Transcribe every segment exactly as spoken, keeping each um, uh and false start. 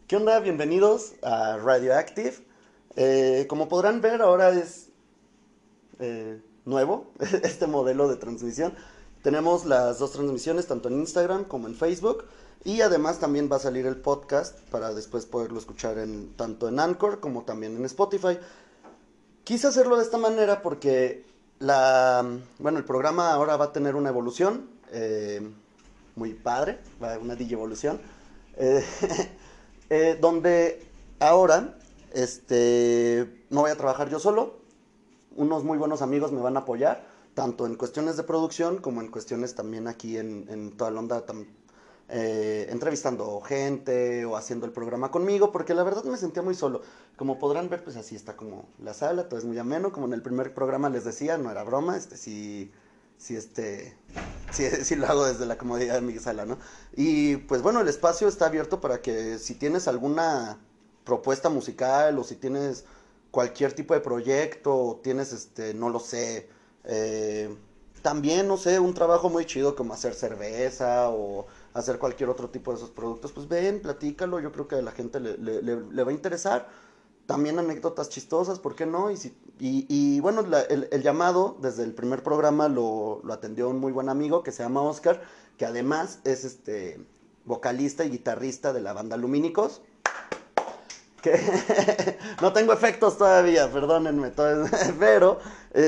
¿Qué onda? Bienvenidos a Radioactive. Eh, como podrán ver, ahora es eh, nuevo este modelo de transmisión. Tenemos las dos transmisiones, tanto en Instagram como en Facebook. Y además también va a salir el podcast para después poderlo escuchar en, tanto en Anchor como también en Spotify. Quise hacerlo de esta manera porque la, bueno, el programa ahora va a tener una evolución eh, muy padre, va a haber una digievolución, eh, eh, donde ahora este, no voy a trabajar yo solo, unos muy buenos amigos me van a apoyar, tanto en cuestiones de producción como en cuestiones también aquí en, en toda la onda, tam, eh, entrevistando gente o haciendo el programa conmigo, porque la verdad me sentía muy solo. Como podrán ver, pues así está como la sala, todo es muy ameno, como en el primer programa les decía, no era broma, este sí, sí, este, sí, sí lo hago desde la comodidad de mi sala, ¿no? Y pues bueno, el espacio está abierto para que si tienes alguna propuesta musical o si tienes cualquier tipo de proyecto, o tienes, este, no lo sé, eh, también, no sé, un trabajo muy chido como hacer cerveza o hacer cualquier otro tipo de esos productos, pues ven, platícalo, yo creo que a la gente le, le, le, le va a interesar. También anécdotas chistosas, ¿por qué no? Y, si, y, y bueno, la, el, el, llamado desde el primer programa lo, lo atendió un muy buen amigo que se llama Oscar, que además es este vocalista y guitarrista de la banda Lumínicos. Que no tengo efectos todavía, perdónenme, todavía, pero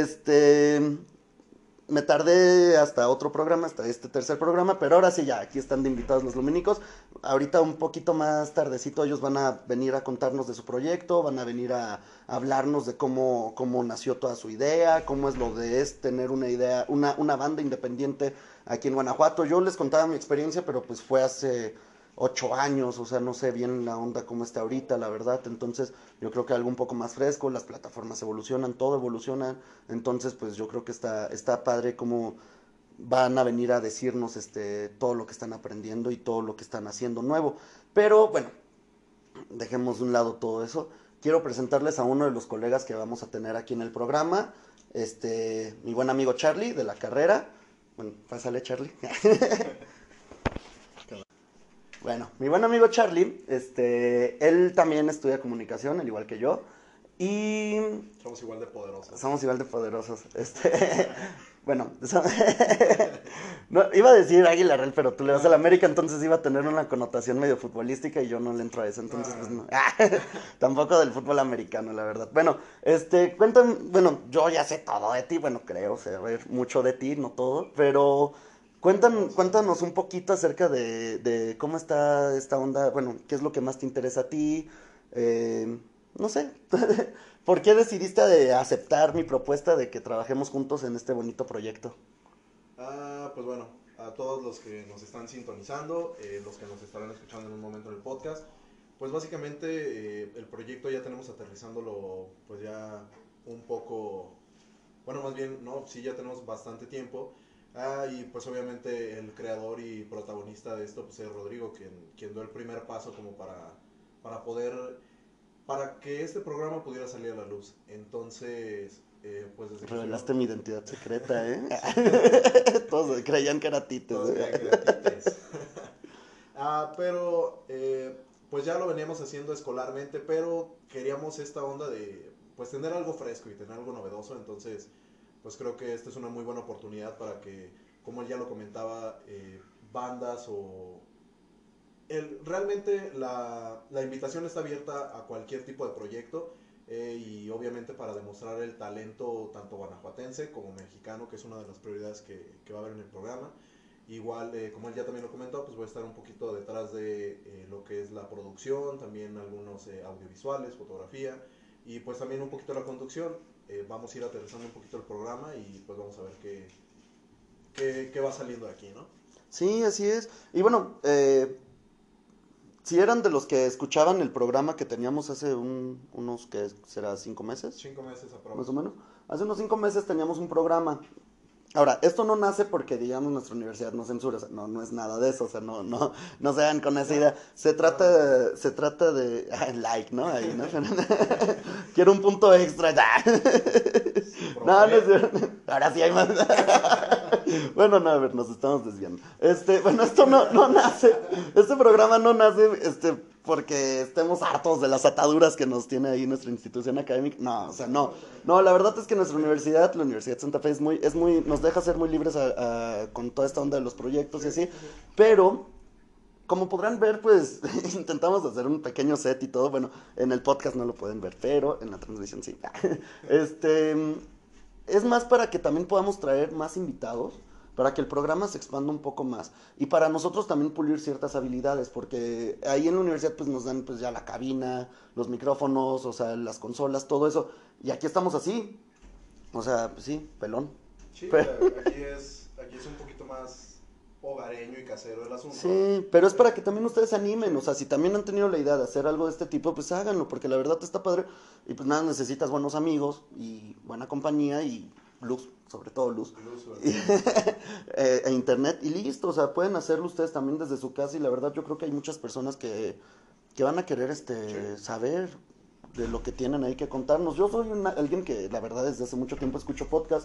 este me tardé hasta otro programa, hasta este tercer programa, pero ahora sí ya, aquí están de invitados los Lumínicos. Ahorita un poquito más tardecito ellos van a venir a contarnos de su proyecto, van a venir a, a hablarnos de cómo, cómo nació toda su idea, cómo es lo de es tener una idea, una, una banda independiente aquí en Guanajuato. Yo les contaba mi experiencia, pero pues fue hace ocho años, o sea, no sé bien la onda cómo está ahorita, la verdad. Entonces, yo creo que algo un poco más fresco, las plataformas evolucionan, todo evoluciona. Entonces, pues yo creo que está, está padre cómo van a venir a decirnos este, todo lo que están aprendiendo y todo lo que están haciendo nuevo. Pero bueno, dejemos de un lado todo eso. Quiero presentarles a uno de los colegas que vamos a tener aquí en el programa, este, mi buen amigo Charlie de la carrera. Bueno, pásale Charlie. Bueno, mi buen amigo Charlie, este, él también estudia comunicación, al igual que yo, y somos igual de poderosos. Somos igual de poderosos. Este, bueno, so, no, iba a decir Águila Real, pero tú le vas a la América, entonces iba a tener una connotación medio futbolística y yo no le entro a eso, entonces pues no. Tampoco del fútbol americano, la verdad. Bueno, este, cuéntame, bueno, yo ya sé todo de ti, bueno, creo saber mucho de ti, no todo, pero cuéntanos, cuéntanos un poquito acerca de, de cómo está esta onda, bueno, qué es lo que más te interesa a ti, eh, no sé, ¿por qué decidiste de aceptar mi propuesta de que trabajemos juntos en este bonito proyecto? Ah, pues bueno, a todos los que nos están sintonizando, eh, los que nos estarán escuchando en un momento en el podcast, pues básicamente eh, el proyecto ya tenemos aterrizándolo pues ya un poco, bueno más bien, no, sí ya tenemos bastante tiempo. Ah, y pues obviamente el creador y protagonista de esto pues es Rodrigo, quien, quien dio el primer paso como para, para poder, para que este programa pudiera salir a la luz. Entonces, eh, pues desde que Revelaste estuvimos... mi identidad secreta, ¿eh? Sí. Todos creían que era Tites. Todos creían que era Tites. Ah, pero eh, pues ya lo veníamos haciendo escolarmente, pero queríamos esta onda de pues tener algo fresco y tener algo novedoso. Entonces pues creo que esta es una muy buena oportunidad para que, como él ya lo comentaba, eh, bandas o... El, realmente la, la invitación está abierta a cualquier tipo de proyecto, eh, y obviamente para demostrar el talento tanto guanajuatense como mexicano, que es una de las prioridades que, que va a haber en el programa. Igual, eh, como él ya también lo comentó, pues voy a estar un poquito detrás de eh, lo que es la producción, también algunos eh, audiovisuales, fotografía y pues también un poquito la conducción. Eh, vamos a ir aterrizando un poquito el programa y pues vamos a ver qué, qué, qué va saliendo de aquí, ¿no? Sí, así es. Y bueno, eh, si eran de los que escuchaban el programa que teníamos hace un, unos, ¿qué será? ¿Cinco meses? Cinco meses a prueba. Más o menos. Hace unos cinco meses teníamos un programa. Ahora, esto no nace porque, digamos, nuestra universidad no censura, o sea, no, no es nada de eso, o sea, no, no, no se hagan con esa idea. Se trata, se trata de, ah, like, ¿no? Ahí, ¿no? Quiero un punto extra, ya. No, no es cierto. Ahora sí hay más. Bueno, no, a ver, nos estamos desviando. Este, bueno, esto no, no nace, este programa no nace, este, porque estemos hartos de las ataduras que nos tiene ahí nuestra institución académica. No, o sea, no. No, la verdad es que nuestra universidad, la Universidad de Santa Fe, es muy, es muy, nos deja ser muy libres a, a, con toda esta onda de los proyectos y así, pero como podrán ver, pues intentamos hacer un pequeño set y todo. Bueno, en el podcast no lo pueden ver, pero en la transmisión sí. Este, es más para que también podamos traer más invitados, para que el programa se expanda un poco más y para nosotros también pulir ciertas habilidades, porque ahí en la universidad pues nos dan pues ya la cabina, los micrófonos, o sea, las consolas, todo eso, y aquí estamos así, o sea, pues sí, pelón. Sí, Pero... aquí es, aquí es un poquito más hogareño y casero el asunto. Sí, pero es para que también ustedes se animen, o sea, si también han tenido la idea de hacer algo de este tipo, pues háganlo, porque la verdad está padre, y pues nada, necesitas buenos amigos y buena compañía y luz, sobre todo luz, Luz, e, e internet, y listo, o sea, pueden hacerlo ustedes también desde su casa, y la verdad yo creo que hay muchas personas que, que van a querer este Sí. saber de lo que tienen ahí que contarnos. Yo soy una, alguien que la verdad desde hace mucho tiempo escucho podcast,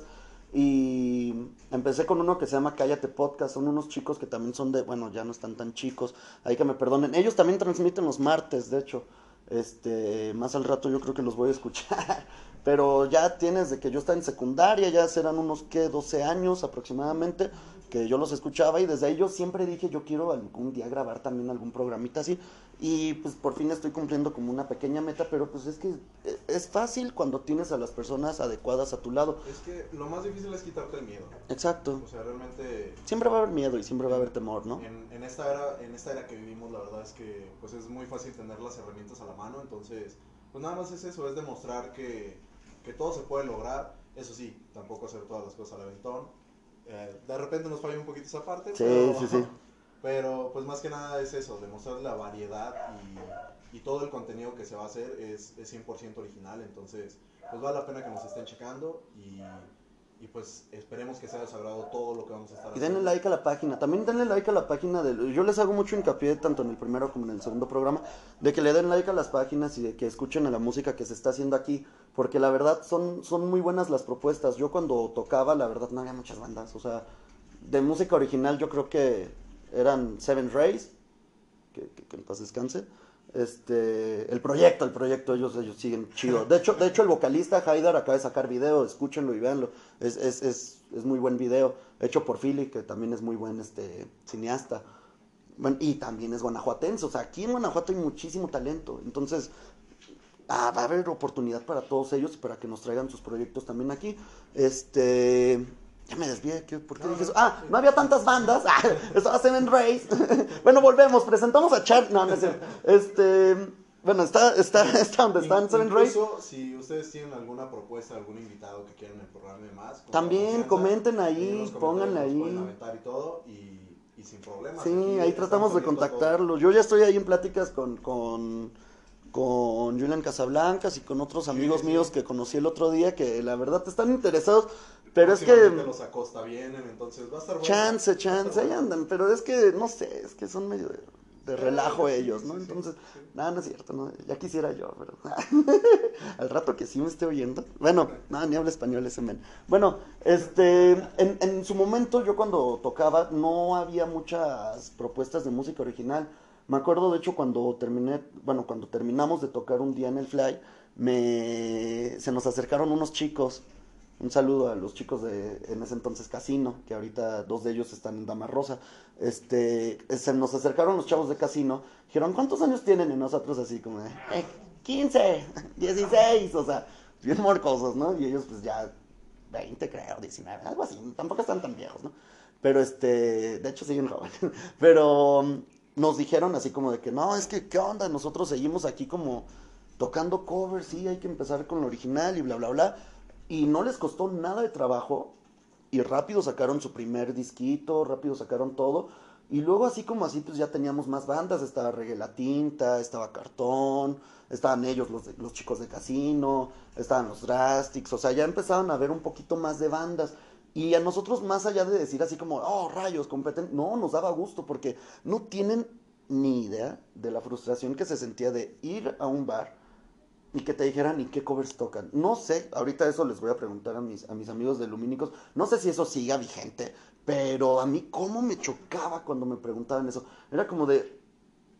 y empecé con uno que se llama Cállate Podcast. Son unos chicos que también son de, bueno, ya no están tan chicos, ahí que me perdonen. Ellos también transmiten los martes, de hecho. Este, más al rato yo creo que los voy a escuchar. Pero ya tienes de que yo estaba en secundaria, ya serán unos, ¿qué? doce años aproximadamente, que yo los escuchaba, y desde ahí yo siempre dije, yo quiero algún día grabar también algún programita así, y pues por fin estoy cumpliendo como una pequeña meta, pero pues es que es fácil cuando tienes a las personas adecuadas a tu lado. Es que lo más difícil es quitarte el miedo. Exacto. O sea, realmente... Siempre va a haber miedo y siempre va a haber temor, ¿no? En, en, esta era, en esta era que vivimos, la verdad es que pues es muy fácil tener las herramientas a la mano, entonces pues nada más es eso, es demostrar que, que todo se puede lograr. Eso sí, tampoco hacer todas las cosas al aventón. Eh, de repente nos falla un poquito esa parte, Sí, pero, sí, sí. pero pues más que nada es eso, demostrar la variedad y, y todo el contenido que se va a hacer es, es cien por ciento original, entonces pues vale la pena que nos estén checando y, y pues esperemos que sea de su agrado todo lo que vamos a estar Y haciendo. denle like a la página, también denle like a la página de... Yo les hago mucho hincapié, tanto en el primero como en el segundo programa, de que le den like a las páginas y de que escuchen a la música que se está haciendo aquí, porque la verdad son, son muy buenas las propuestas. Yo cuando tocaba, la verdad no había muchas bandas, o sea, de música original yo creo que eran Seven Rays, que, que, que en paz descanse. Este, el proyecto, el proyecto, ellos, ellos siguen chido. De hecho, de hecho el vocalista Haidar acaba de sacar video, escúchenlo y véanlo. Es, es, es, es muy buen video, hecho por Philly, que también es muy buen este cineasta. Bueno, y también es guanajuatense, o sea, aquí en Guanajuato hay muchísimo talento. Entonces, ah, va a haber oportunidad para todos ellos y para que nos traigan sus proyectos también aquí. Este, ya me desvié, ¿qué, ¿por qué No, dije eso? no, Ah, sí. no había tantas bandas. Ah, estaba Seven Rays. Bueno, volvemos, presentamos a Char. No, no es cierto. Este, bueno, está, está, está donde están In- Seven Rays. Incluso si ustedes tienen alguna propuesta, algún invitado que quieran en el programa y demás, con También toda confianza, comenten en ahí, los comentarios pónganle nos ahí. pueden aventar y todo y, y sin problemas. Sí, Aquí ahí estamos tratamos de abiertos a todo. contactarlos. Yo ya estoy ahí en pláticas con, con, con Julian Casablancas y con otros amigos sí. míos que conocí el otro día que la verdad están interesados, pero es que Próximamente los Acosta vienen, entonces va a estar bueno. chance, Va a estar chance, ahí bueno. andan, pero es que no sé, es que son medio de, de relajo Sí, ellos, sí, ¿no? sí, Entonces, sí. nada, no es cierto, ¿no? Ya quisiera yo, pero al rato que sí me esté oyendo. Bueno, nada, ni habla español ese men. Bueno, este, en, en su momento yo cuando tocaba no había muchas propuestas de música original. Me acuerdo, de hecho, cuando terminé, bueno, cuando terminamos de tocar un día en el Fly, me, se nos acercaron unos chicos. Un saludo a los chicos de, en ese entonces, Casino, que ahorita dos de ellos están en Dama Rosa. Este, se nos acercaron los chavos de Casino, dijeron, ¿cuántos años tienen? Y nosotros así como de, eh, quince, dieciséis, o sea, bien morcosos, ¿no? Y ellos pues ya veinte, creo, diecinueve, algo así, tampoco están tan viejos, ¿no? Pero este, de hecho siguen jóvenes, pero um, nos dijeron así como de que, no, es que, ¿qué onda? Nosotros seguimos aquí como tocando covers, sí, hay que empezar con lo original y bla, bla, bla. Y no les costó nada de trabajo y rápido sacaron su primer disquito, rápido sacaron todo. Y luego así como así pues ya teníamos más bandas, estaba Reggae La Tinta, estaba Cartón, estaban ellos los, de, los chicos de Casino, estaban los Drastics, o sea, ya empezaban a ver un poquito más de bandas. Y a nosotros, más allá de decir así como, oh, rayos, competen, no, nos daba gusto porque no tienen ni idea de la frustración que se sentía de ir a un bar y que te dijeran y qué covers tocan. No sé, ahorita eso les voy a preguntar a mis, a mis amigos de Lumínicos. No sé si eso siga vigente, pero a mí cómo me chocaba cuando me preguntaban eso. Era como de,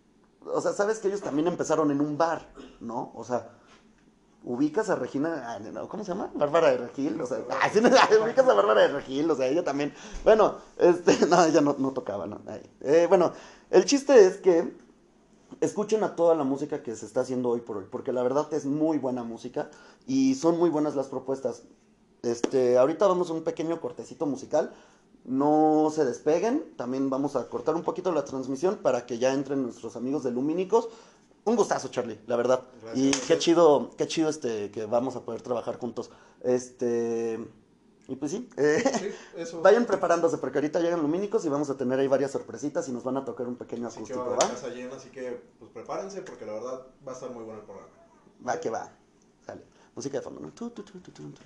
o sea, sabes que ellos también empezaron en un bar, ¿no? O sea, ubicas a Regina, ¿cómo se llama? Bárbara de Regil, o sea, ah, sí, ubicas a Bárbara de Regil, o sea, ella también, bueno, este, no, ella no, no tocaba, no, eh, bueno, el chiste es que escuchen a toda la música que se está haciendo hoy por hoy, porque la verdad es muy buena música y son muy buenas las propuestas. Este, ahorita vamos a un pequeño cortecito musical, no se despeguen, también vamos a cortar un poquito la transmisión para que ya entren nuestros amigos de Lumínicos. Un gustazo, Charlie, la verdad. Gracias, y gracias. qué chido, qué chido este que vamos a poder trabajar juntos. Este, y pues sí, eh, Sí, eso. vayan preparándose porque ahorita llegan Lumínicos y vamos a tener ahí varias sorpresitas y nos van a tocar un pequeño Así que va a acústico, haber ¿va? casa llena, así que pues prepárense porque la verdad va a estar muy bueno el programa. Va que va. Sale. Música de fondo, ¿no? Tu, tu, tu, tu, tu, tu.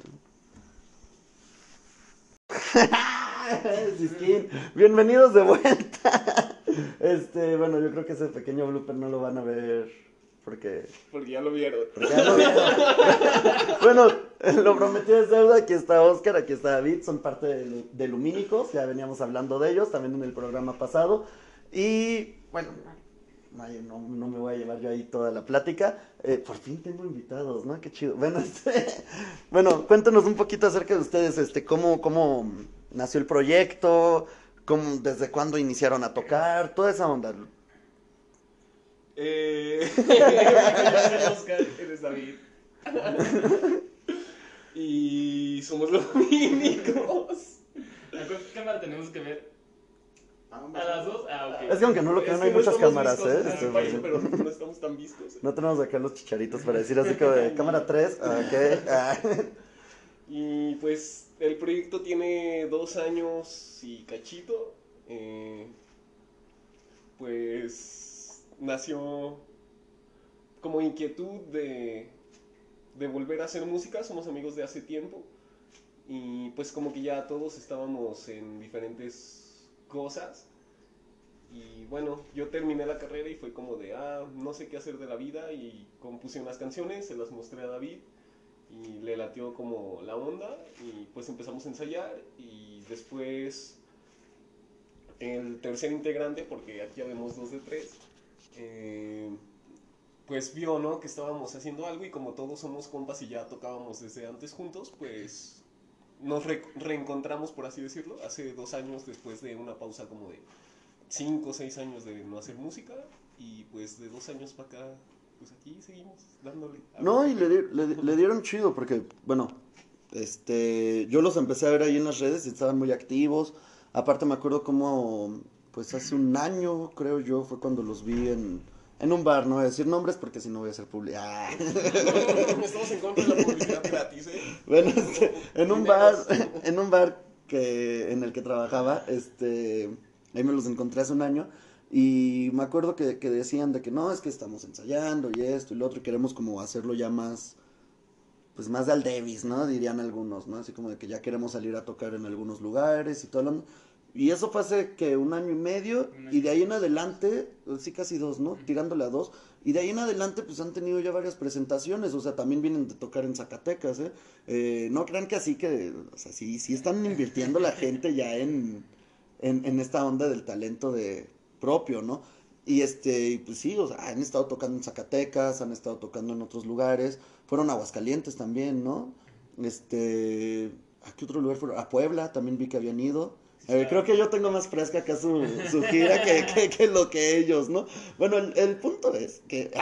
Siskin, bienvenidos de vuelta. Este, bueno, yo creo que ese pequeño blooper no lo van a ver porque, Porque ya lo vieron. porque ya lo vieron. Bueno, lo prometido es deuda. Aquí está Oscar, aquí está David, son parte de, de Lumínicos. Ya veníamos hablando de ellos también en el programa pasado. Y bueno, no, no, no me voy a llevar yo ahí toda la plática. Eh, por fin tengo invitados, ¿no? Qué chido. Bueno, este, bueno, cuéntanos un poquito acerca de ustedes, este, cómo, cómo nació el proyecto, cómo, desde cuándo iniciaron a tocar, toda esa onda. Eh, yo soy Oscar, eres David. Y somos los Lumínicos. ¿A cuál cámara tenemos que ver? Ah, ¿A las dos? Ah, ok. Es que aunque no lo crean, Es hay que no muchas estamos cámaras, vistos, ¿eh? sí, Este, parece, pero no estamos tan vistos. no tenemos acá los chicharitos para decir así como de cámara tres, ok. Ah. Y pues el proyecto tiene dos años y cachito. Eh, pues nació como inquietud de, de volver a hacer música. Somos amigos de hace tiempo. Y pues como que ya todos estábamos en diferentes cosas. Y bueno, yo terminé la carrera y fue como de, ah, no sé qué hacer de la vida. Y compuse unas canciones, se las mostré a David. Y le latió como la onda y pues empezamos a ensayar y después el tercer integrante, porque aquí habemos dos de tres, eh, pues vio, ¿no?, que estábamos haciendo algo y como todos somos compas y ya tocábamos desde antes juntos, pues nos re reencontramos, por así decirlo, hace dos años después de una pausa como de cinco o seis años de no hacer música y pues de dos años para acá pues aquí seguimos dándole. No, y le, le, le dieron chido porque, bueno, este, yo los empecé a ver ahí en las redes y estaban muy activos. Aparte me acuerdo como, pues hace un año, creo yo, fue cuando los vi en, en un bar, no voy a decir nombres porque si no voy a hacer publicidad. Ah. Estamos en contra de la publicidad gratis, ¿eh? Bueno, este, en un bar, en un bar que, en el que trabajaba, este, ahí me los encontré hace un año. Y me acuerdo que, que decían de que no, es que estamos ensayando y esto y lo otro, y queremos como hacerlo ya más, pues más de al Davis, ¿no? Dirían algunos, ¿no? Así como de que ya queremos salir a tocar en algunos lugares y todo lo... Y eso fue hace que un año y medio, Un año. y de ahí en adelante, sí casi dos, ¿no? Tirándole a dos, y de ahí en adelante pues han tenido ya varias presentaciones, o sea, también vienen de tocar en Zacatecas, ¿eh? eh no crean que así que, o sea, sí, sí están invirtiendo la gente ya en, en, en esta onda del talento de... propio, ¿no? Y este, pues sí, o sea, han estado tocando en Zacatecas, han estado tocando en otros lugares, fueron a Aguascalientes también, ¿no? Este, ¿a qué otro lugar fueron? A Puebla también vi que habían ido. Eh, creo que yo tengo más fresca acá su, su gira que, que, que lo que ellos, ¿no? Bueno, el, el punto es que,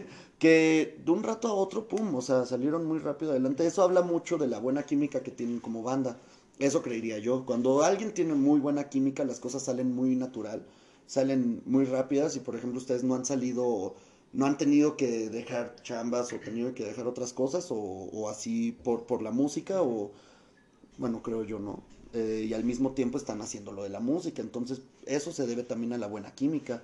que de un rato a otro, pum, o sea, salieron muy rápido adelante. Eso habla mucho de la buena química que tienen como banda. Eso creería yo. Cuando alguien tiene muy buena química, las cosas salen muy natural, salen muy rápidas y por ejemplo ustedes no han salido, no han tenido que dejar chambas o tenido que dejar otras cosas o, o así por, por la música o, bueno, creo yo, ¿no? Eh, y al mismo tiempo están haciendo lo de la música, entonces eso se debe también a la buena química.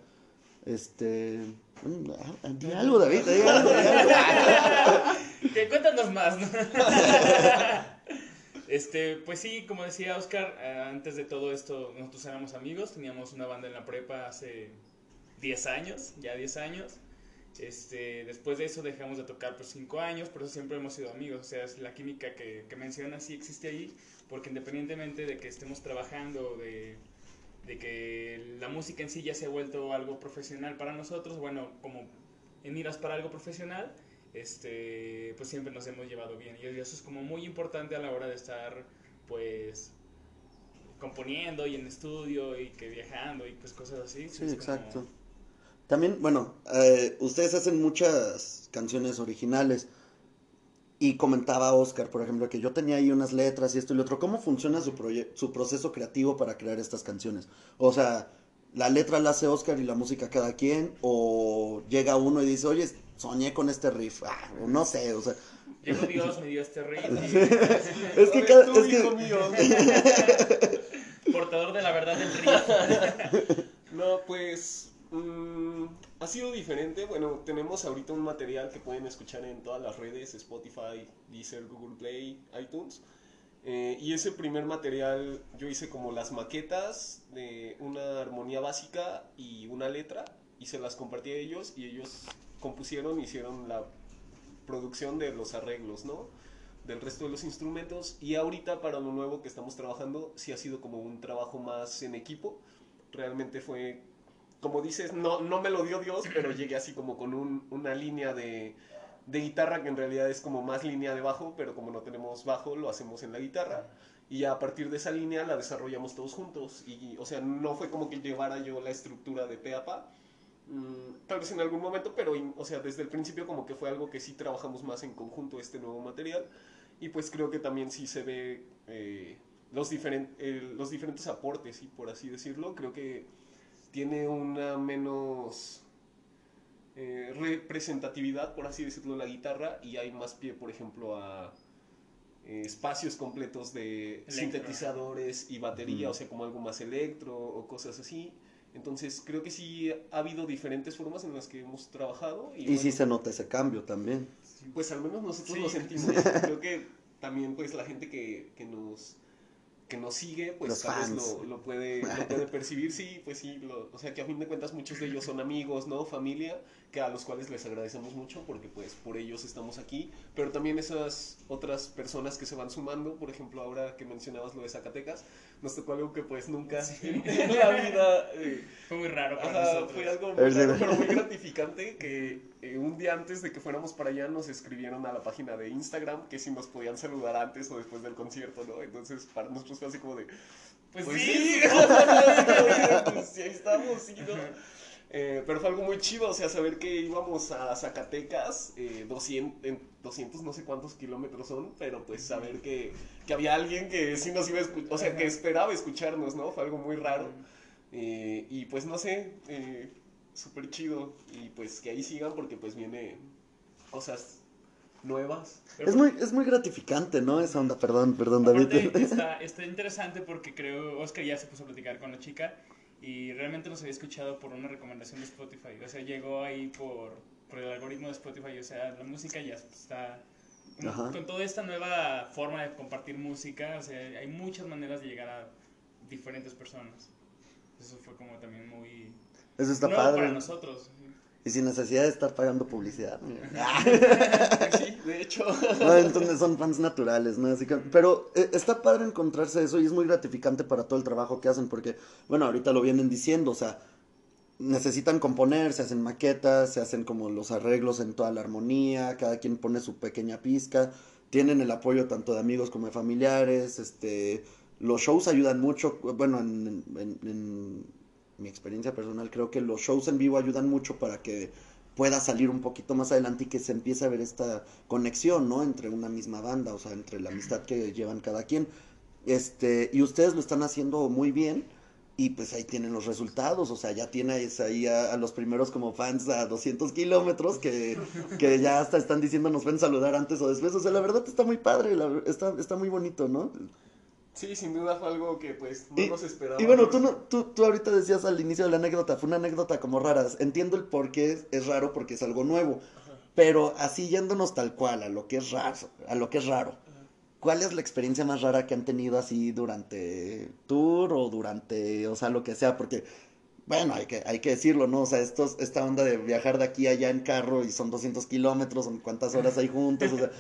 Este, bueno, di algo, David, di algo, di algo. Que cuéntanos más, ¿no? Este, pues sí, como decía Oscar, eh, antes de todo esto nosotros éramos amigos, teníamos una banda en la prepa hace diez años, ya diez años. Este, después de eso dejamos de tocar por cinco años, por eso siempre hemos sido amigos, o sea, es la química que, que mencionas sí existe ahí, porque independientemente de que estemos trabajando, de, de que la música en sí ya se ha vuelto algo profesional para nosotros, bueno, como en miras para algo profesional, este, pues siempre nos hemos llevado bien. Y eso es como muy importante a la hora de estar, pues, componiendo y en estudio y que viajando y pues cosas así. Sí, es exacto. como... También, bueno, eh, ustedes hacen muchas canciones originales. Y comentaba Oscar, por ejemplo, que yo tenía ahí unas letras y esto y lo otro. ¿Cómo funciona su, proye- su proceso creativo para crear estas canciones? O sea, ¿la letra la hace Oscar y la música cada quien? ¿O llega uno y dice, oye, soñé con este riff? Ah, o no sé, o sea... Llegó Dios, me dio este riff y... Es que A ver, cada... tú, Es hijo que... mío. portador de la verdad del riff. No, pues mm, ha sido diferente. Bueno, tenemos ahorita un material que pueden escuchar en todas las redes, Spotify, Deezer, Google Play, iTunes. Eh, y ese primer material yo hice como las maquetas de una armonía básica y una letra y se las compartí a ellos y ellos compusieron, hicieron la producción de los arreglos, ¿no? Del resto de los instrumentos. Y ahorita para lo nuevo que estamos trabajando sí ha sido como un trabajo más en equipo. Realmente fue, como dices, no, no me lo dio Dios, pero llegué así como con un, una línea de, de guitarra que en realidad es como más línea de bajo, pero como no tenemos bajo lo hacemos en la guitarra. Y a partir de esa línea la desarrollamos todos juntos. Y, o sea, no fue como que llevara yo la estructura de pe a pa. Mm, tal vez en algún momento, pero, o sea, desde el principio como que fue algo que sí trabajamos más en conjunto este nuevo material. Y pues creo que también sí se ve eh, los, diferent, eh, los diferentes aportes, ¿sí? Por así decirlo. Creo que tiene una menos eh, representatividad, por así decirlo, la guitarra. Y hay más pie, por ejemplo, a eh, espacios completos de Electro. sintetizadores y batería. Ujú. O sea, como algo más electro o cosas así. Entonces creo que sí ha habido diferentes formas en las que hemos trabajado. Y, Y bueno, sí se nota ese cambio también. pues al menos nosotros Sí. lo sentimos. Creo que también pues la gente que, que nos que nos sigue, pues Los tal vez fans. lo, lo puede lo puede percibir, sí, pues sí, lo- o sea que a fin de cuentas muchos de ellos son amigos, ¿no? Familia, que a los cuales les agradecemos mucho porque pues por ellos estamos aquí, pero también esas otras personas que se van sumando, por ejemplo, ahora que mencionabas lo de Zacatecas, nos tocó algo que pues nunca en, en la vida eh, Fue muy raro para Ajá, nosotros. fue algo A muy ver, sí. raro, pero muy gratificante que eh, un día antes de que fuéramos para allá nos escribieron a la página de Instagram que si nos podían saludar antes o después del concierto, ¿no? Entonces para nosotros fue así como de, Pues, pues sí, sí, supongo. pues sí, ahí estamos, sí, ¿no? Eh, pero fue algo muy chido, o sea, saber que íbamos a Zacatecas, eh, doscientos, en doscientos no sé cuántos kilómetros son, pero pues saber que, que había alguien que sí nos iba a escuchar, o sea, que esperaba escucharnos, ¿no? Fue algo muy raro. Eh, y pues no sé, eh, súper chido. Y pues que ahí sigan porque pues viene cosas nuevas. Es muy, es muy gratificante, ¿no? Esa onda, perdón, perdón, David. Aparte, está, está interesante porque creo Oscar ya se puso a platicar con la chica y realmente nos había escuchado por una recomendación de Spotify. O sea, llegó ahí por, por el algoritmo de Spotify. O sea, la música ya está... Con, Ajá. con toda esta nueva forma de compartir música, o sea, hay muchas maneras de llegar a diferentes personas. Eso fue como también muy Eso está nuevo padre. para nosotros. Y sin necesidad de estar pagando publicidad. Pues sí, de hecho. No, entonces son fans naturales, ¿no? Así que, pero eh, está padre encontrarse eso y es muy gratificante para todo el trabajo que hacen porque, bueno, ahorita lo vienen diciendo, o sea, necesitan componer, se hacen maquetas, se hacen como los arreglos en toda la armonía, cada quien pone su pequeña pizca, tienen el apoyo tanto de amigos como de familiares, este, los shows ayudan mucho, bueno, en, en, en mi experiencia personal creo que los shows en vivo ayudan mucho para que pueda salir un poquito más adelante y que se empiece a ver esta conexión, ¿no? Entre una misma banda, o sea, entre la amistad que llevan cada quien. Este, y ustedes lo están haciendo muy bien y pues ahí tienen los resultados, o sea, ya tienes ahí a, a los primeros como fans a doscientos kilómetros que, que ya hasta están diciendo nos pueden saludar antes o después, o sea, la verdad está muy padre, la- está, está muy bonito, ¿no? Sí, sin duda fue algo que pues no Y, nos esperábamos. y bueno, tú, no, tú, tú ahorita decías al inicio de la anécdota, fue una anécdota como rara, entiendo el por qué es, es raro porque es algo nuevo, pero así yéndonos tal cual, a lo que es raro, a lo que es raro. ¿Cuál es la experiencia más rara que han tenido así durante tour o durante, o sea, lo que sea? Porque, bueno, hay que, hay que decirlo, ¿no? O sea, estos, esta onda de viajar de aquí a allá en carro y son doscientos kilómetros, son cuántas horas hay juntos, o sea,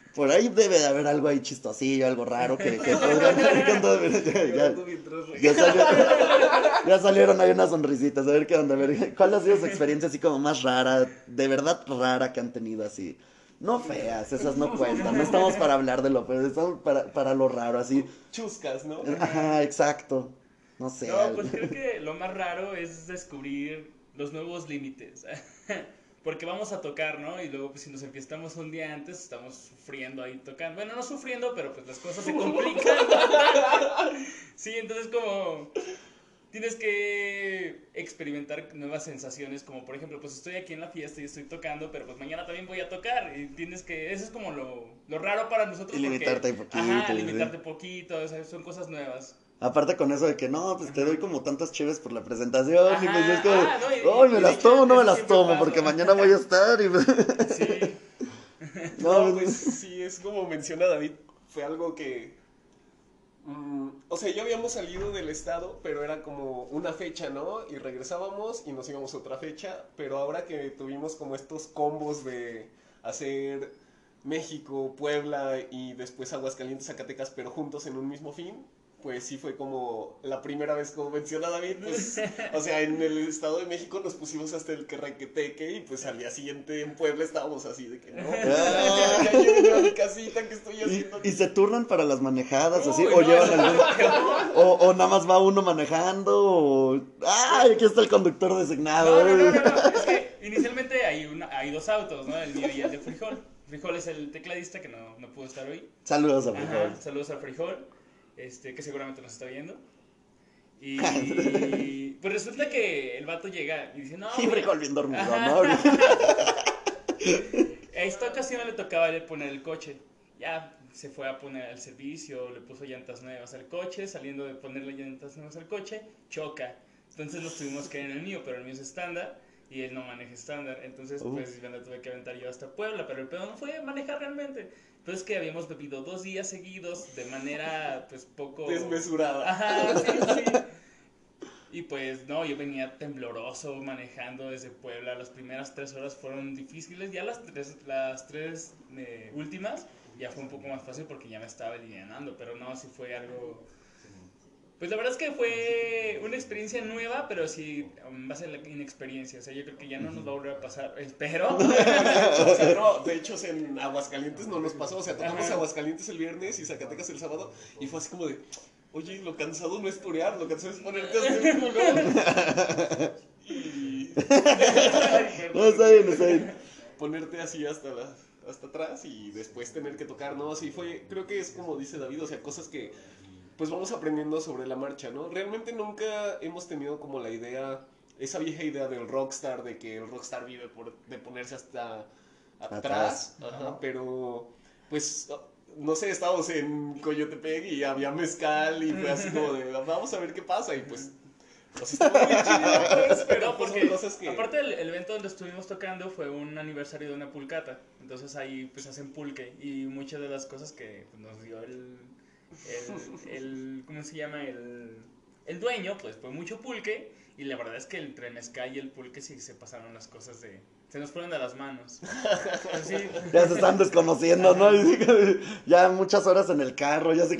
Por ahí debe de haber algo ahí chistosillo, algo raro que, que podrían ya, ya, ya, salió, ya salieron ahí unas sonrisitas, a ver qué onda, a ver, ¿cuál ha sido su experiencia así como más rara, de verdad rara que han tenido así? No feas, esas no cuentan, no estamos para hablar de lo feo, estamos para, para lo raro, así. Chuscas, ¿no? Ajá, exacto, no sé. No, pues creo que lo más raro es descubrir los nuevos límites. Porque vamos a tocar, ¿no? Y luego, pues, si nos enfiestamos un día antes, estamos sufriendo ahí tocando. Bueno, no sufriendo, pero pues las cosas se complican. Sí, entonces como tienes que experimentar nuevas sensaciones, como por ejemplo, pues estoy aquí en la fiesta y estoy tocando, pero pues mañana también voy a tocar. Y tienes que, eso es como lo, lo raro para nosotros. Y limitarte porque, un poquito. Ajá, limitarte un poquito, o sea, son cosas nuevas. Aparte con eso de que no, pues te doy como tantas chives por la presentación. Ajá, y pues es como, ah, no, y- ay, y me de las hecho, tomo o no me eso las siempre tomo, pasa. porque mañana voy a estar. Y pues, Sí. no, No, pues, pues sí, es como menciona David, fue algo que... mm, o sea, ya habíamos salido del estado, pero era como una fecha, ¿no? Y regresábamos y nos íbamos a otra fecha, pero ahora que tuvimos como estos combos de hacer México, Puebla y después Aguascalientes, Zacatecas, pero juntos en un mismo fin, pues sí fue como la primera vez, como menciona David, pues, o sea, en el Estado de México nos pusimos hasta el querrequeteque y pues al día siguiente en Puebla estábamos así de que no, ya, ya llegué a mi casita, ¿qué estoy y, haciendo? y se turnan para las manejadas, así, Uy, o no, llevan eso algún, es lo peor. o, o nada más va uno manejando, o, ay, aquí está el conductor designado. No, no, no, no, no, es que inicialmente hay, una, hay dos autos, ¿no? El mío y el de Frijol. Frijol es el tecladista que no, no pudo estar hoy. Saludos a Ajá, Frijol. saludos al Frijol, este, que seguramente nos está viendo. Y pues resulta que el vato llega y dice, no, Y güey, Frijol bien dormido, ajá. ¿no? A esta ocasión le tocaba a él poner el coche. Ya se fue a poner al servicio, le puso llantas nuevas al coche, saliendo de ponerle llantas nuevas al coche, choca. Entonces nos tuvimos que ir en el mío, pero el mío es estándar y él no maneja estándar. Entonces Uh. pues me la tuve que aventar yo hasta Puebla, pero el pedo no fue manejar realmente. Pues es que habíamos bebido dos días seguidos de manera pues poco... Desmesurada. Ajá, sí, sí. Y pues no, yo venía tembloroso manejando desde Puebla. Las primeras tres horas fueron difíciles. Ya las tres, las tres eh, últimas ya fue un poco más fácil porque ya me estaba alivianando. Pero no, sí fue algo... Pues la verdad es que fue una experiencia nueva, pero sí en base a la inexperiencia. O sea, yo creo que ya no nos va a volver a pasar. Espero. O sea, no, de hecho en Aguascalientes no nos pasó, o sea, tocamos Ajá. Aguascalientes el viernes y Zacatecas el sábado y fue así como de, oye, lo cansado no es turear, lo cansado es ponerte a hacer un color. Y No, está bien, está bien. ponerte así hasta la, hasta atrás y después tener que tocar, ¿no? Así fue, creo que es como dice David, o sea, cosas que pues vamos aprendiendo sobre la marcha, ¿no? Realmente nunca hemos tenido como la idea, esa vieja idea del rockstar, de que el rockstar vive por, de ponerse hasta atrás, Atrás. ajá, pero pues no sé, estábamos en Coyotepec y había mezcal y fue así como de, vamos a ver qué pasa y pues, o sea, estuvo muy chido, pues, pero No, pues porque son cosas que... aparte el, el evento donde estuvimos tocando fue un aniversario de una pulcata. Entonces ahí pues hacen pulque y muchas de las cosas que pues, nos dio el, el, el, ¿cómo se llama? El, el dueño, pues fue mucho pulque y la verdad es que entre mezcal y el pulque sí se pasaron las cosas de... Se nos fueron de las manos. Así, Ya se están desconociendo, ¿no? Y ya muchas horas en el carro, ya se...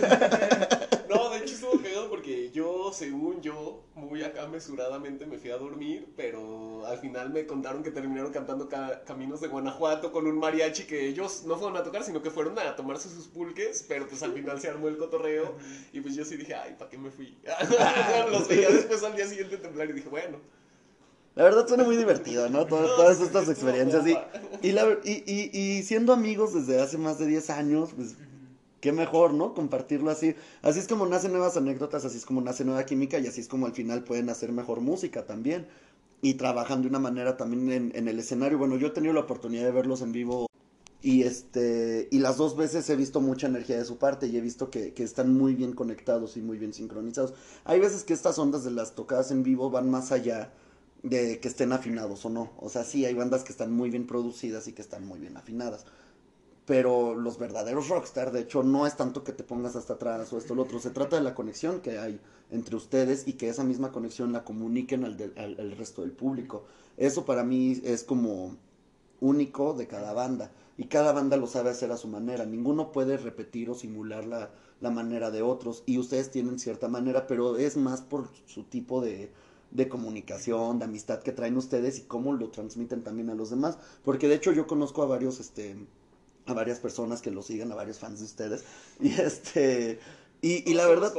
No, de hecho estuvo cagado porque yo, según yo, muy acá mesuradamente me fui a dormir, pero al final me contaron que terminaron cantando ca- Caminos de Guanajuato con un mariachi que ellos no fueron a tocar, sino que fueron a tomarse sus pulques, pero pues al final se armó el cotorreo y pues yo sí dije, ay, ¿para qué me fui? Los veía después al día siguiente temblar y dije, bueno. La verdad suena muy divertido, ¿no? Todas, todas estas Estuvo experiencias. Y, bomba. y, la, y, y, y siendo amigos desde hace más de diez años, pues qué mejor, ¿no? Compartirlo así. Así es como nacen nuevas anécdotas, así es como nace nueva química y así es como al final pueden hacer mejor música también. Y trabajan de una manera también en, en el escenario. Bueno, yo he tenido la oportunidad de verlos en vivo y este y las dos veces he visto mucha energía de su parte y he visto que, que están muy bien conectados y muy bien sincronizados. Hay veces que estas ondas de las tocadas en vivo van más allá de que estén afinados o no. O sea, sí, hay bandas que están muy bien producidas y que están muy bien afinadas. Pero los verdaderos rockstar, de hecho, no es tanto que te pongas hasta atrás o esto o lo otro. Se trata de la conexión que hay entre ustedes y que esa misma conexión la comuniquen al, de, al, al resto del público. Eso para mí es como único de cada banda. Y cada banda lo sabe hacer a su manera. Ninguno puede repetir o simular la, la manera de otros. Y ustedes tienen cierta manera, pero es más por su tipo de, de comunicación, de amistad que traen ustedes y cómo lo transmiten también a los demás. Porque de hecho yo conozco a varios, este, a varias personas que lo siguen, a varios fans de ustedes. Y este, y, y la verdad,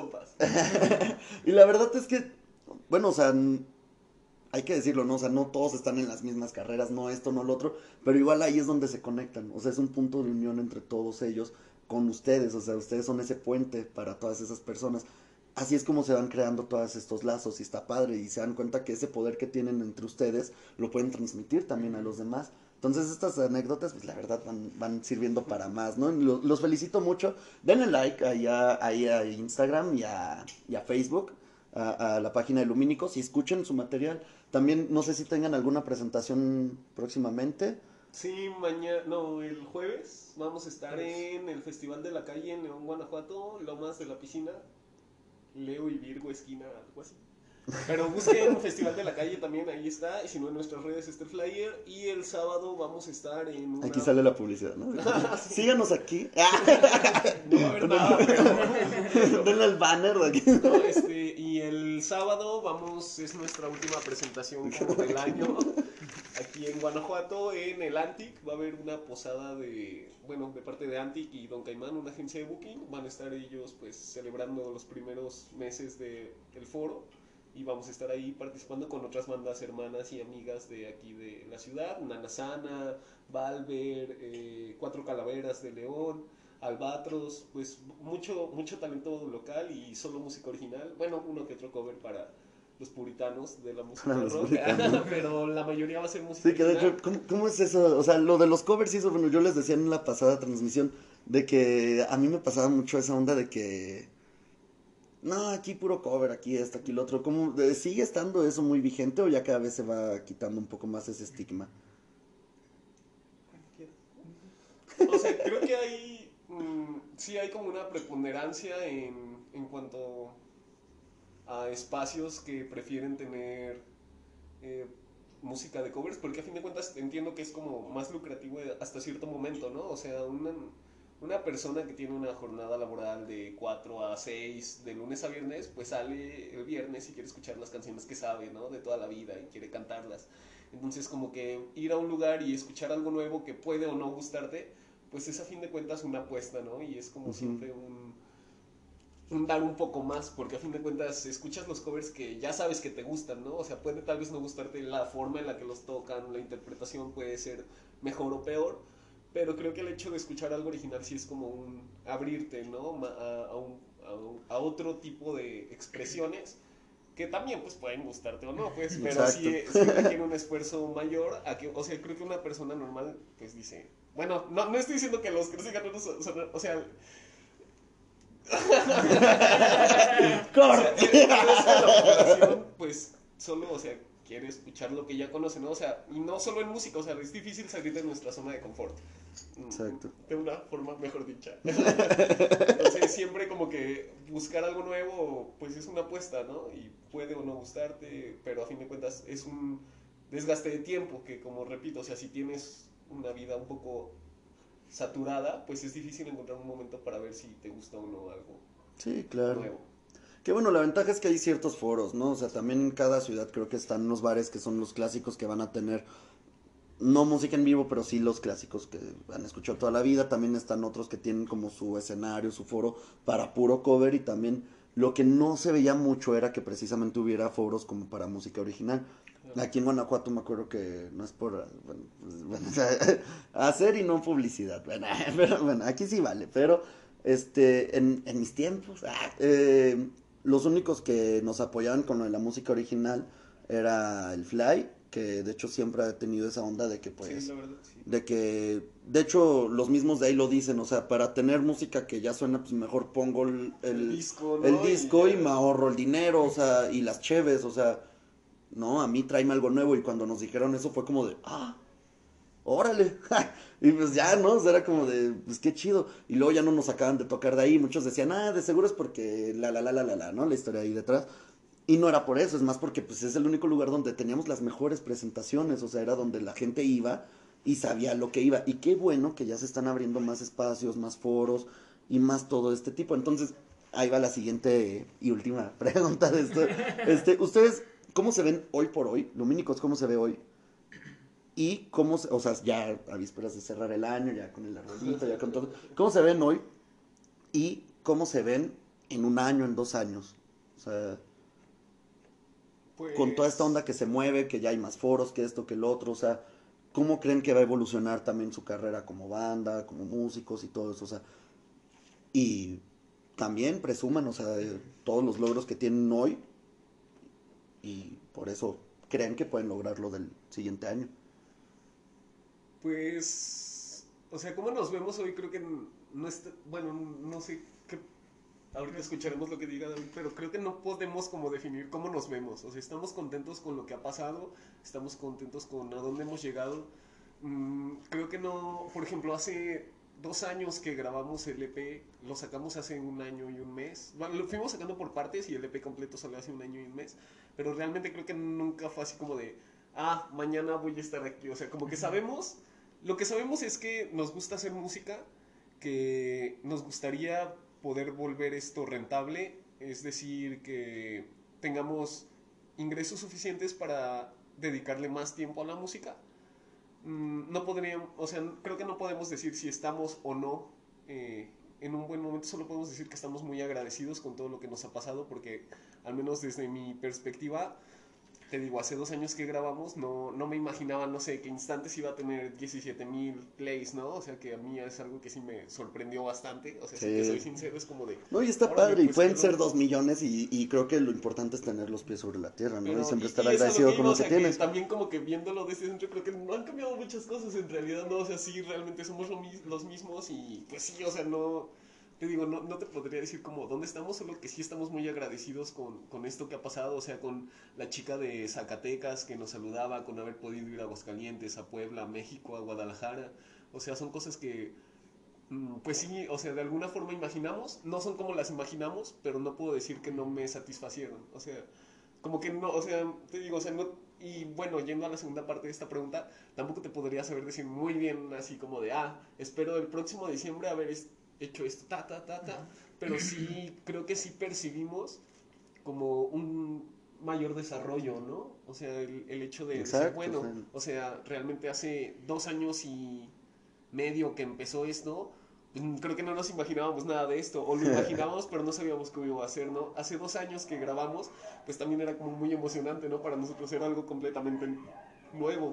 y la verdad es que, bueno, o sea, hay que decirlo, ¿no? O sea, no todos están en las mismas carreras, no esto, no lo otro, pero igual ahí es donde se conectan. O sea, es un punto de unión entre todos ellos con ustedes. O sea, ustedes son ese puente para todas esas personas. Así es como se van creando todos estos lazos y está padre y se dan cuenta que ese poder que tienen entre ustedes lo pueden transmitir también a los demás. Entonces estas anécdotas, pues la verdad van, van sirviendo para más, ¿no? Los, los felicito mucho. Denle like ahí a, ahí a Instagram y a, y a Facebook, a, a la página de Lumínicos y escuchen su material. También no sé si tengan alguna presentación próximamente. Sí, mañana, no, el jueves vamos a estar en el Festival de la Calle en León, Guanajuato, Lomas de la Piscina, Leo y Virgo, esquina, algo así. Pero busquen Festival de la Calle también, ahí está, y si no en nuestras redes está el flyer. Y el sábado vamos a estar en una... Aquí sale la publicidad, ¿no? Sí. Síganos aquí. No va a haber nada, pero... Denle el banner de aquí. No, este, y el sábado vamos, es nuestra última presentación como del año, aquí en Guanajuato, en el Antic. Va a haber una posada de, bueno, de parte de Antic y Don Caimán, una agencia de booking. Van a estar ellos, pues, celebrando los primeros meses de, del foro. Y vamos a estar ahí participando con otras bandas hermanas y amigas de aquí de la ciudad. Nanasana, Valver, eh, Cuatro Calaveras de León, Albatros, pues mucho, mucho talento local y solo música original. Bueno, uno que otro cover para los puritanos de la música Para los rock, puritanos. pero la mayoría va a ser música Sí, que de original. hecho, ¿cómo, cómo es eso? O sea, lo de los covers y eso, bueno, yo les decía en la pasada transmisión de que a mí me pasaba mucho esa onda de que... No, aquí puro cover, aquí esto, aquí lo otro. ¿Cómo, eh, ¿Sigue estando eso muy vigente o ya cada vez se va quitando un poco más ese estigma? O sea, creo que hay, mm, sí hay como una preponderancia en, en cuanto a espacios que prefieren tener eh, música de covers, porque a fin de cuentas entiendo que es como más lucrativo hasta cierto momento, ¿no? O sea, una, una persona que tiene una jornada laboral de cuatro a seis, de lunes a viernes, pues sale el viernes y quiere escuchar las canciones que sabe, ¿no? De toda la vida y quiere cantarlas. Entonces, como que ir a un lugar y escuchar algo nuevo que puede o no gustarte, pues es a fin de cuentas una apuesta, ¿no? Y es como uh-huh. siempre un, un dar un poco más, porque a fin de cuentas escuchas los covers que ya sabes que te gustan, ¿no? O sea, puede tal vez no gustarte la forma en la que los tocan, la interpretación puede ser mejor o peor, pero creo que el hecho de escuchar algo original sí es como un abrirte, ¿no? A, a, un, a, un, a otro tipo de expresiones que también pues pueden gustarte o no, pues, pero sí, sí requiere un esfuerzo mayor a que, o sea, creo que una persona normal pues dice, bueno, no, no estoy diciendo que los cristianos son, son, o sea, ¡Corte! O sea, la población pues solo, o sea, quiere escuchar lo que ya conoce, ¿no? O sea, y no solo en música, o sea, es difícil salir de nuestra zona de confort. Exacto. De una forma mejor dicha. Entonces siempre como que buscar algo nuevo, pues es una apuesta, ¿no? Y puede o no gustarte, pero a fin de cuentas es un desgaste de tiempo que, como repito, o sea, si tienes una vida un poco saturada, pues es difícil encontrar un momento para ver si te gusta o no algo sí, claro. nuevo. Que bueno, la ventaja es que hay ciertos foros, ¿no? O sea, también en cada ciudad creo que están unos bares que son los clásicos que van a tener, no música en vivo, pero sí los clásicos que han escuchado toda la vida. También están otros que tienen como su escenario, su foro para puro cover. Y también lo que no se veía mucho era que precisamente hubiera foros como para música original. Aquí en Guanajuato me acuerdo que no es por bueno, pues, bueno, o sea, hacer y no publicidad, bueno, pero bueno, aquí sí vale, pero este en, en mis tiempos, ah, eh, los únicos que nos apoyaban con la música original era el Fly, que de hecho siempre ha tenido esa onda de que pues, sí, la verdad, sí. de que, de hecho los mismos de ahí lo dicen, o sea, para tener música que ya suena, pues mejor pongo el, el, el disco, ¿no? el disco y, y me ahorro el dinero, o sea, y las cheves, o sea, no, a mí tráeme algo nuevo. Y cuando nos dijeron eso fue como de, ah, órale. Y pues ya, ¿no? O sea, era como de, pues qué chido. Y luego ya no nos acaban de tocar de ahí. Muchos decían, ah, de seguro es porque la, la, la, la, la, la, ¿no? La historia ahí detrás. Y no era por eso, es más porque pues es el único lugar donde teníamos las mejores presentaciones. O sea, era donde la gente iba y sabía lo que iba. Y qué bueno que ya se están abriendo más espacios, más foros y más todo este tipo. Entonces, ahí va la siguiente y última pregunta de esto. Este, ¿ustedes cómo se ven hoy por hoy? Lumínicos, ¿cómo se ve hoy? Y cómo, se, o sea, ya a vísperas de cerrar el año, ya con el arbolito, ya con todo. ¿Cómo se ven hoy? Y cómo se ven en un año, en dos años. O sea, Pues, con toda esta onda que se mueve, que ya hay más foros, que esto, que el otro. O sea, ¿cómo creen que va a evolucionar también su carrera como banda, como músicos y todo eso? O sea, y también presuman, o sea, de todos los logros que tienen hoy. Y por eso creen que pueden lograrlo del siguiente año. pues, o sea, ¿cómo nos vemos hoy? Creo que no está, bueno, no sé qué, ahorita escucharemos lo que diga David, pero creo que no podemos como definir cómo nos vemos. O sea, estamos contentos con lo que ha pasado, estamos contentos con a dónde hemos llegado. Mm, creo que no, por ejemplo, hace dos años que grabamos el E P, lo sacamos hace un año y un mes. Bueno, lo fuimos sacando por partes y el E P completo salió hace un año y un mes, pero realmente creo que nunca fue así como de, ah, mañana voy a estar aquí. O sea, como que sabemos, lo que sabemos es que nos gusta hacer música, que nos gustaría poder volver esto rentable, es decir, que tengamos ingresos suficientes para dedicarle más tiempo a la música. Mm, no podríamos, o sea, creo que no podemos decir si estamos o no eh, en un buen momento, solo podemos decir que estamos muy agradecidos con todo lo que nos ha pasado, porque al menos desde mi perspectiva, te digo, hace dos años que grabamos, no, no me imaginaba, no sé, que Instantes iba a tener diecisiete mil plays, ¿no? O sea, que a mí es algo que sí me sorprendió bastante. O sea, si te soy Sí. sincero, es como de, No, y está órale, padre, y pues pueden qué ser loco. dos millones, y, y creo que lo importante es tener los pies sobre la tierra, ¿no? Y Pero, siempre y, estar y es a lo agradecido que con iba, lo o que sea, que tienes. también como que viéndolo desde dentro, creo que no han cambiado muchas cosas en realidad, ¿no? O sea, sí, realmente somos lo mis- los mismos y pues sí, o sea, no, te digo, no, no te podría decir como dónde estamos, solo que sí estamos muy agradecidos con, con esto que ha pasado, o sea, con la chica de Zacatecas que nos saludaba, con haber podido ir a Aguascalientes, a Puebla, a México, a Guadalajara, o sea, son cosas que, mm, pues sí, o sea, de alguna forma imaginamos, no son como las imaginamos, pero no puedo decir que no me satisfacieron, o sea, como que no, o sea, te digo, o sea, no, y bueno, yendo a la segunda parte de esta pregunta, tampoco te podría saber decir muy bien así como de, ah, espero el próximo diciembre haber es- hecho esto, ta, ta, ta, ta, pero sí, creo que sí percibimos como un mayor desarrollo, ¿no? O sea, el, el hecho de decir, Exacto, o bueno, sea, o sea, realmente hace dos años y medio que empezó esto, pues creo que no nos imaginábamos nada de esto, o lo imaginábamos pero no sabíamos cómo iba a ser, ¿no? Hace dos años que grabamos, pues también era como muy emocionante, ¿no? Para nosotros era algo completamente nuevo,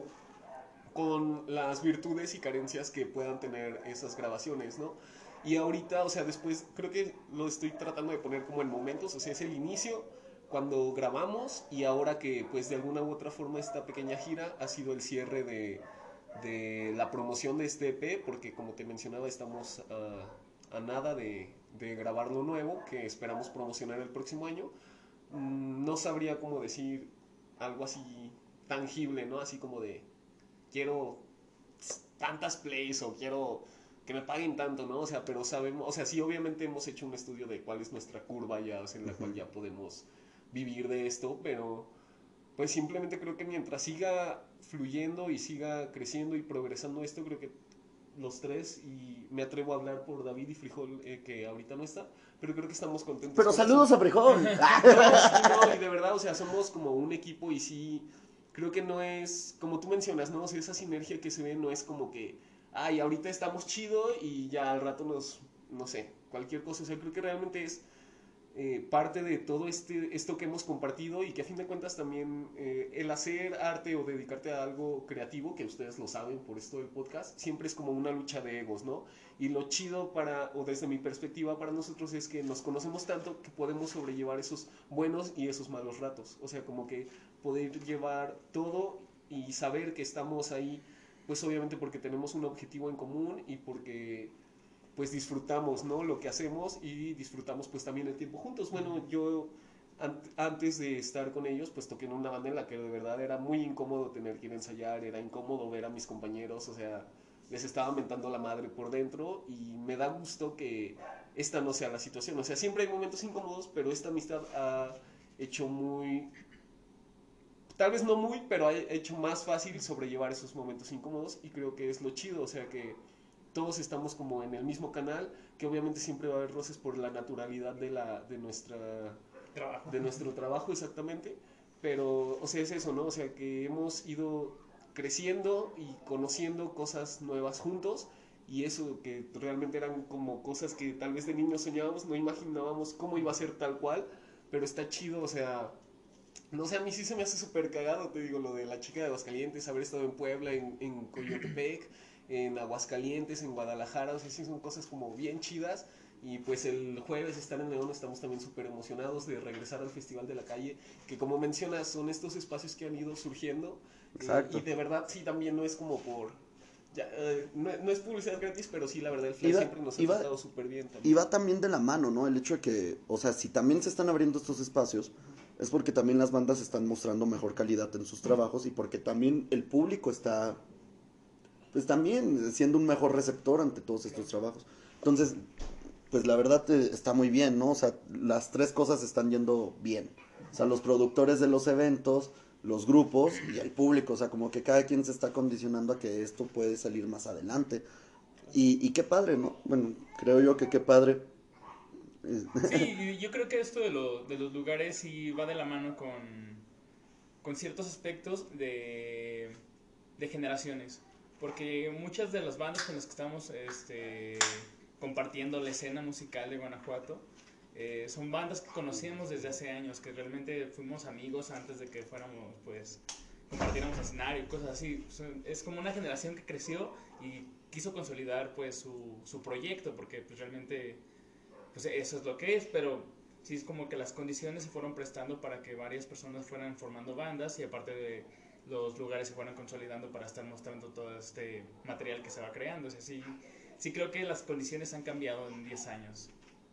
con las virtudes y carencias que puedan tener esas grabaciones, ¿no? Y ahorita, o sea, después creo que lo estoy tratando de poner como en momentos, o sea, es el inicio cuando grabamos y ahora que pues de alguna u otra forma esta pequeña gira ha sido el cierre de, de la promoción de este E P, porque como te mencionaba estamos a, a nada de, de grabar lo nuevo que esperamos promocionar el próximo año. Mm, no sabría cómo decir algo así tangible, ¿no? Así como de quiero tantas plays o quiero que me paguen tanto, ¿no? O sea, pero sabemos, o sea, sí, obviamente hemos hecho un estudio de cuál es nuestra curva ya, o sea, en la cual ya podemos vivir de esto, pero pues simplemente creo que mientras siga fluyendo y siga creciendo y progresando esto, creo que los tres, y me atrevo a hablar por David y Frijol, eh, que ahorita no está, pero creo que estamos contentos pero con saludos eso. a Frijol. No, sí, no, y de verdad, o sea, somos como un equipo y sí, creo que no es, como tú mencionas, ¿no? O sea, esa sinergia que se ve no es como que, ay, ahorita estamos chido y ya al rato nos, no sé, cualquier cosa, o sea, creo que realmente es eh, parte de todo este, esto que hemos compartido y que a fin de cuentas también eh, el hacer arte o dedicarte a algo creativo, que ustedes lo saben por esto del podcast, siempre es como una lucha de egos, ¿no? Y lo chido para, o desde mi perspectiva para nosotros es que nos conocemos tanto que podemos sobrellevar esos buenos y esos malos ratos, o sea, como que poder llevar todo y saber que estamos ahí, pues obviamente porque tenemos un objetivo en común y porque pues disfrutamos, ¿no? Lo que hacemos y disfrutamos pues también el tiempo juntos. Bueno, yo an antes de estar con ellos pues toqué en una banda en la que de verdad era muy incómodo tener que ir a ensayar, era incómodo ver a mis compañeros, o sea, les estaba mentando la madre por dentro y me da gusto que esta no sea la situación. O sea, siempre hay momentos incómodos, pero esta amistad ha hecho muy tal vez no muy, pero ha hecho más fácil sobrellevar esos momentos incómodos y creo que es lo chido, o sea que todos estamos como en el mismo canal, que obviamente siempre va a haber roces por la naturalidad de, la, de, nuestra, Trabajo. de nuestro trabajo exactamente, pero o sea es eso, ¿no? O sea que hemos ido creciendo y conociendo cosas nuevas juntos y eso que realmente eran como cosas que tal vez de niños soñábamos, no imaginábamos cómo iba a ser tal cual, pero está chido, o sea, no sé, a mí sí se me hace súper cagado, te digo, lo de la chica de Aguascalientes, haber estado en Puebla, en, en Coyotepec, en Aguascalientes, en Guadalajara, o sea, sí son cosas como bien chidas. Y pues el jueves estar en León estamos también súper emocionados de regresar al Festival de la Calle, que como mencionas son estos espacios que han ido surgiendo. Eh, y de verdad sí, también no es como por... Ya, eh, no, no es publicidad gratis, pero sí, la verdad, el Fly Iba, siempre nos ha iba, tratado súper bien y también. va también de la mano, ¿no? El hecho de que, o sea, si también se están abriendo estos espacios, es porque también las bandas están mostrando mejor calidad en sus trabajos y porque también el público está, pues también siendo un mejor receptor ante todos estos trabajos. Entonces, pues la verdad eh, está muy bien, ¿no? O sea, las tres cosas están yendo bien. O sea, los productores de los eventos, los grupos y el público, o sea, como que cada quien se está condicionando a que esto puede salir más adelante. Y, y qué padre, ¿no? Bueno, creo yo que qué padre. Sí, y yo creo que esto de, lo, de los lugares sí va de la mano con, con ciertos aspectos de, de generaciones. Porque muchas de las bandas con las que estamos este, compartiendo la escena musical de Guanajuato eh, son bandas que conocíamos desde hace años, que realmente fuimos amigos antes de que fuéramos, pues, compartiéramos escenario y cosas así. Es como una generación que creció y quiso consolidar, pues, su, su proyecto, porque pues realmente pues eso es lo que es, pero sí es como que las condiciones se fueron prestando para que varias personas fueran formando bandas y aparte de los lugares se fueran consolidando para estar mostrando todo este material que se va creando. O sea, sí, sí creo que las condiciones han cambiado en diez años.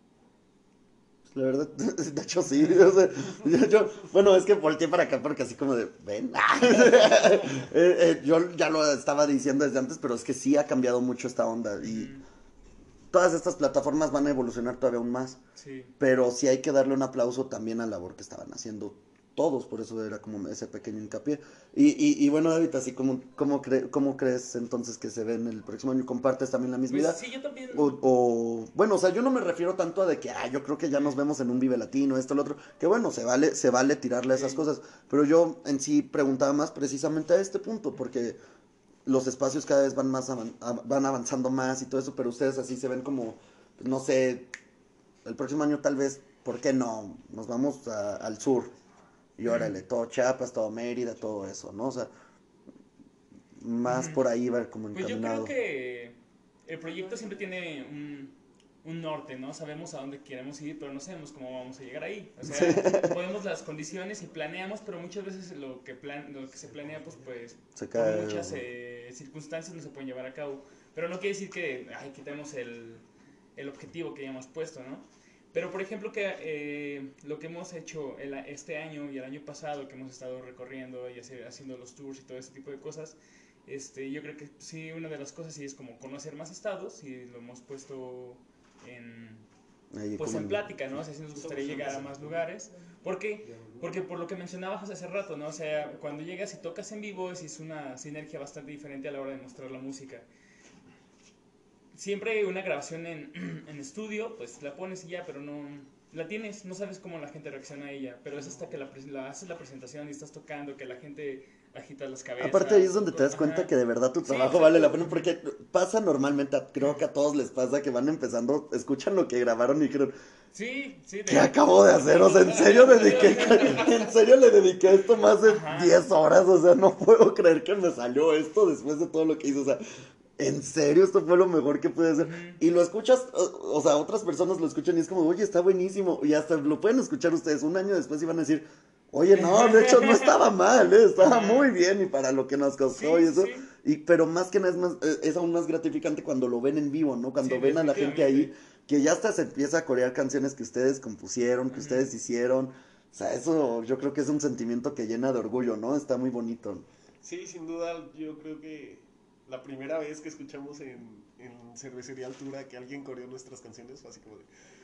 La verdad, de hecho sí. O sea, yo, yo- bueno, es que volteé para acá porque así como de, ven. Eh, eh, yo ya lo estaba diciendo desde antes, pero es que sí ha cambiado mucho esta onda y Mm, todas estas plataformas van a evolucionar todavía aún más. sí. Pero sí hay que darle un aplauso también a la labor que estaban haciendo todos, por eso era como ese pequeño hincapié. Y, y, y bueno, David, así como, ¿cómo, cre ¿cómo crees entonces que se ve en el próximo año? ¿Compartes también la misma Pues idea? sí, yo también. O, o, bueno, o sea, yo no me refiero tanto a de que, ah, yo creo que ya nos vemos en un Vive Latino, esto, lo otro, que bueno, se vale, se vale tirarle a esas Sí. cosas, pero yo en sí preguntaba más precisamente a este punto, porque los espacios cada vez van más avan van avanzando más y todo eso, pero ustedes así se ven como, pues, no sé, el próximo año tal vez, ¿por qué no? Nos vamos a, al sur. Y órale, todo Chiapas, todo Mérida, todo eso, ¿no? O sea, más Ujú. por ahí va como Pues yo creo encaminado. que el proyecto siempre tiene un, un norte, ¿no? Sabemos a dónde queremos ir, pero no sabemos cómo vamos a llegar ahí. O Sí. sea, ponemos las condiciones y planeamos, pero muchas veces lo que, plan, lo que se planea, pues, pues Se por cae. muchas eh, circunstancias no se pueden llevar a cabo. Pero no quiere decir que, ay, quitemos el, el objetivo que hayamos puesto, ¿no? Pero, por ejemplo, que eh, lo que hemos hecho el, este año y el año pasado, que hemos estado recorriendo y hacer, haciendo los tours y todo ese tipo de cosas, este, yo creo que sí, una de las cosas sí es como conocer más estados y lo hemos puesto en, Ahí pues como en en- plática, ¿no? O sea, sí nos gustaría llegar a más lugares. ¿Por qué? Porque por lo que mencionabas hace rato, ¿no? O sea, cuando llegas y tocas en vivo es una sinergia bastante diferente a la hora de mostrar la música. Siempre una grabación en, en estudio, pues la pones y ya, pero no la tienes, no sabes cómo la gente reacciona a ella, pero es hasta que la, la haces la presentación y estás tocando que la gente agita las cabezas. Aparte ahí es donde te das Ajá. cuenta que de verdad tu Sí, trabajo exacto. vale la pena, porque pasa normalmente, a- creo que a todos les pasa que van empezando, escuchan lo que grabaron y dijeron, Sí, sí. De... ¿qué acabo de hacer? O sea, en serio dediqué, en serio le dediqué a esto más de Ajá. diez horas, o sea, no puedo creer que me salió esto después de todo lo que hice, o sea, en serio esto fue lo mejor que pude hacer. Ujú. Y lo escuchas, o, o sea, otras personas lo escuchan y es como, oye, está buenísimo, y hasta lo pueden escuchar ustedes un año después y van a decir, oye, no, de hecho no estaba mal, ¿eh? Estaba Ajá. muy bien y para lo que nos costó Sí, y sí, eso. sí. Y, pero más que nada es, más, eh, es aún más gratificante cuando lo ven en vivo, ¿no? Cuando Sí, ven a la gente ahí, definitivamente. que ya hasta se empieza a corear canciones que ustedes compusieron, que Ujú. ustedes hicieron. O sea, eso yo creo que es un sentimiento que llena de orgullo, ¿no? Está muy bonito. Sí, sin duda, yo creo que la primera vez que escuchamos en, en Cervecería Altura que alguien coreó nuestras canciones fue así como de,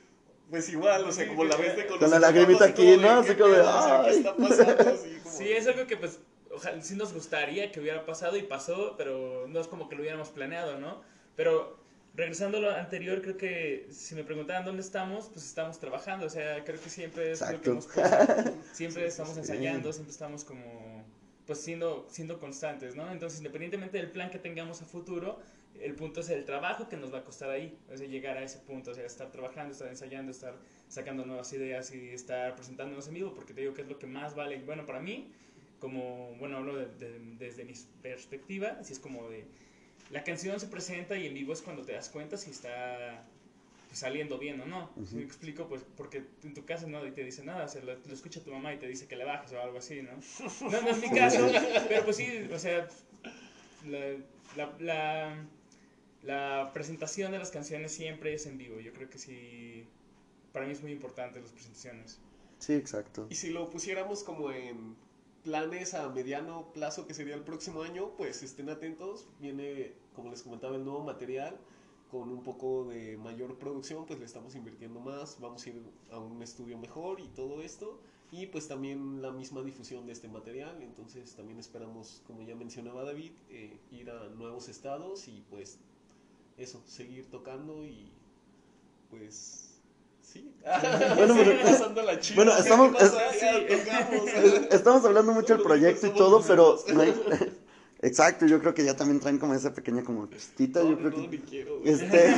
Pues igual, o sea, como la ves de con, Con los la lagrimita zapatos y aquí, todo, ¿no? de, Así ¿qué como de, pedo? O sea, ¿qué ay. está pasando? Así como- Sí, es algo que pues ojalá sí nos gustaría que hubiera pasado y pasó, pero no es como que lo hubiéramos planeado, ¿no? Pero regresando a lo anterior, creo que si me preguntaran dónde estamos, pues estamos trabajando, o sea, creo que siempre es lo Exacto. que hemos puesto. Siempre Sí, estamos sí, sí. ensayando, siempre estamos como pues siendo siendo constantes, ¿no? Entonces, independientemente del plan que tengamos a futuro, el punto es el trabajo que nos va a costar ahí, o sea, llegar a ese punto, o sea, estar trabajando, estar ensayando, estar sacando nuevas ideas y estar presentándonos en vivo, porque te digo que es lo que más vale, bueno, para mí, como, bueno, hablo de, de, desde mi perspectiva, así es como de, la canción se presenta y en vivo es cuando te das cuenta si está pues, saliendo bien o no. Uh-huh. Si me explico, pues porque en tu casa no te dice nada, o sea, lo, lo escucha tu mamá y te dice que le bajes o algo así, ¿no? No, no es mi caso, pero pues sí, o sea, la, la, la, la presentación de las canciones siempre es en vivo. Yo creo que sí, para mí es muy importante las presentaciones. Sí, exacto. Y si lo pusiéramos como en planes a mediano plazo, que sería el próximo año, pues estén atentos. Viene, como les comentaba, el nuevo material con un poco de mayor producción, pues le estamos invirtiendo más, vamos a ir a un estudio mejor y todo esto. Y pues también la misma difusión de este material, entonces también esperamos, como ya mencionaba David, eh, ir a nuevos estados y pues eso, seguir tocando y pues... Sí. Bueno, Sigue bueno, pasando la chida. bueno, ¿Qué estamos- pasa? es- Ya sí. tocamos. Estamos hablando mucho del Los proyecto y somos todo, pero nosotros. no hay- exacto, yo creo que ya también traen como esa pequeña como chispita, No, yo creo no, que ni quiero, güey. este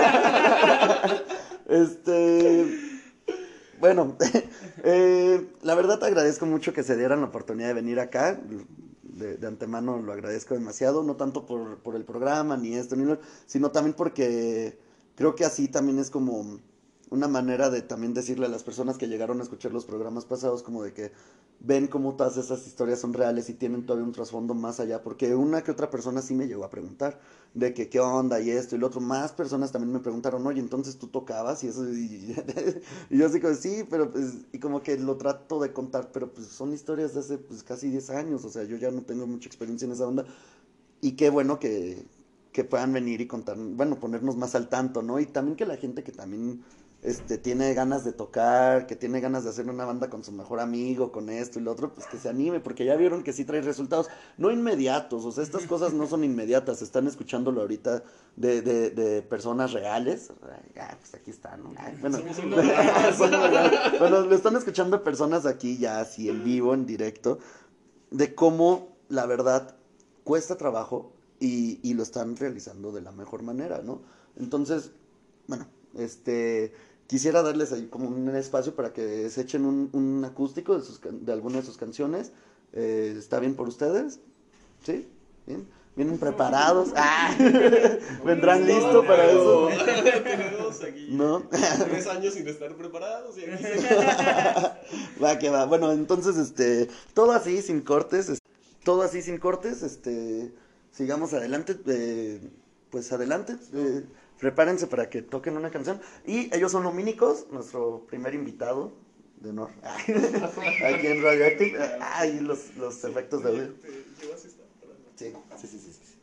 este bueno, eh, la verdad te agradezco mucho que se dieran la oportunidad de venir acá. De, de antemano lo agradezco demasiado, no tanto por, por el programa ni esto, ni lo, sino también porque creo que así también es como una manera de también decirle a las personas que llegaron a escuchar los programas pasados como de que ven cómo todas esas historias son reales y tienen todavía un trasfondo más allá, porque una que otra persona sí me llegó a preguntar de que qué onda y esto y lo otro, más personas también me preguntaron, oye, entonces tú tocabas y eso, y, y yo así como, sí, pero pues, y como que lo trato de contar, pero pues son historias de hace pues casi diez años, o sea, yo ya no tengo mucha experiencia en esa onda, y qué bueno que, que puedan venir y contar, bueno, ponernos más al tanto, ¿no? Y también que la gente que también este, tiene ganas de tocar, que tiene ganas de hacer una banda con su mejor amigo, con esto y lo otro, pues que se anime, porque ya vieron que sí trae resultados, no inmediatos, o sea, estas cosas no son inmediatas, están escuchándolo ahorita de, de, de personas reales, ah, pues aquí están, ¿no? Ay, bueno, Somos unos reales. bueno, lo están escuchando personas aquí ya así en vivo, en directo, de cómo la verdad cuesta trabajo y, y lo están realizando de la mejor manera, ¿no? Entonces, bueno, este, quisiera darles ahí como un espacio para que se echen un, un acústico de, sus, de alguna de sus canciones. Eh, ¿Está bien por ustedes? ¿Sí? ¿Bien? ¿Vienen preparados? ¡Ah! ¿Vendrán listos para eso? Tenemos aquí ¿No? tres años sin estar preparados y aquí se... Va que va. Bueno, entonces, este, todo así, sin cortes, es- todo así, sin cortes, este, sigamos adelante, eh, pues adelante, eh, prepárense para que toquen una canción. Y ellos son Lumínicos, nuestro primer invitado de honor. Aquí en Radioactive. Ay, los, los efectos de audio. ¿Te llevas esta? Para- Sí, sí, sí, sí, sí.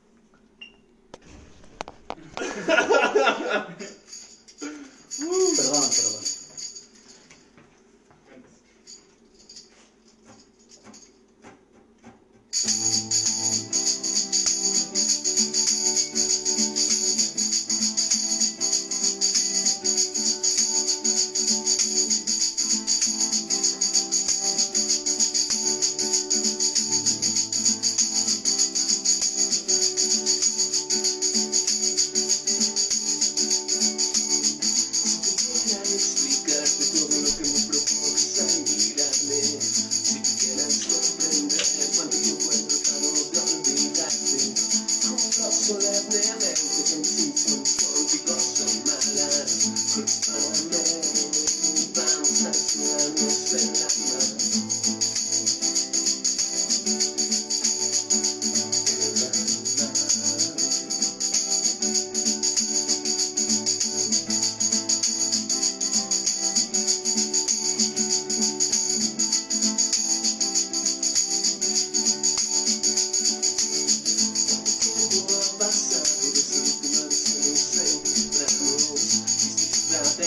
Perdón, perdón. Explicarte todo lo que me provoca al mirarme. Si quieres comprender cuánto tiempo he tratado de olvidarte. Juro solemnemente que mis intenciones contigo son malas. Culpame, vamos a tirarnos del alma. Tiempo ha pasado desde la última vez que nos encontramos. Quisiste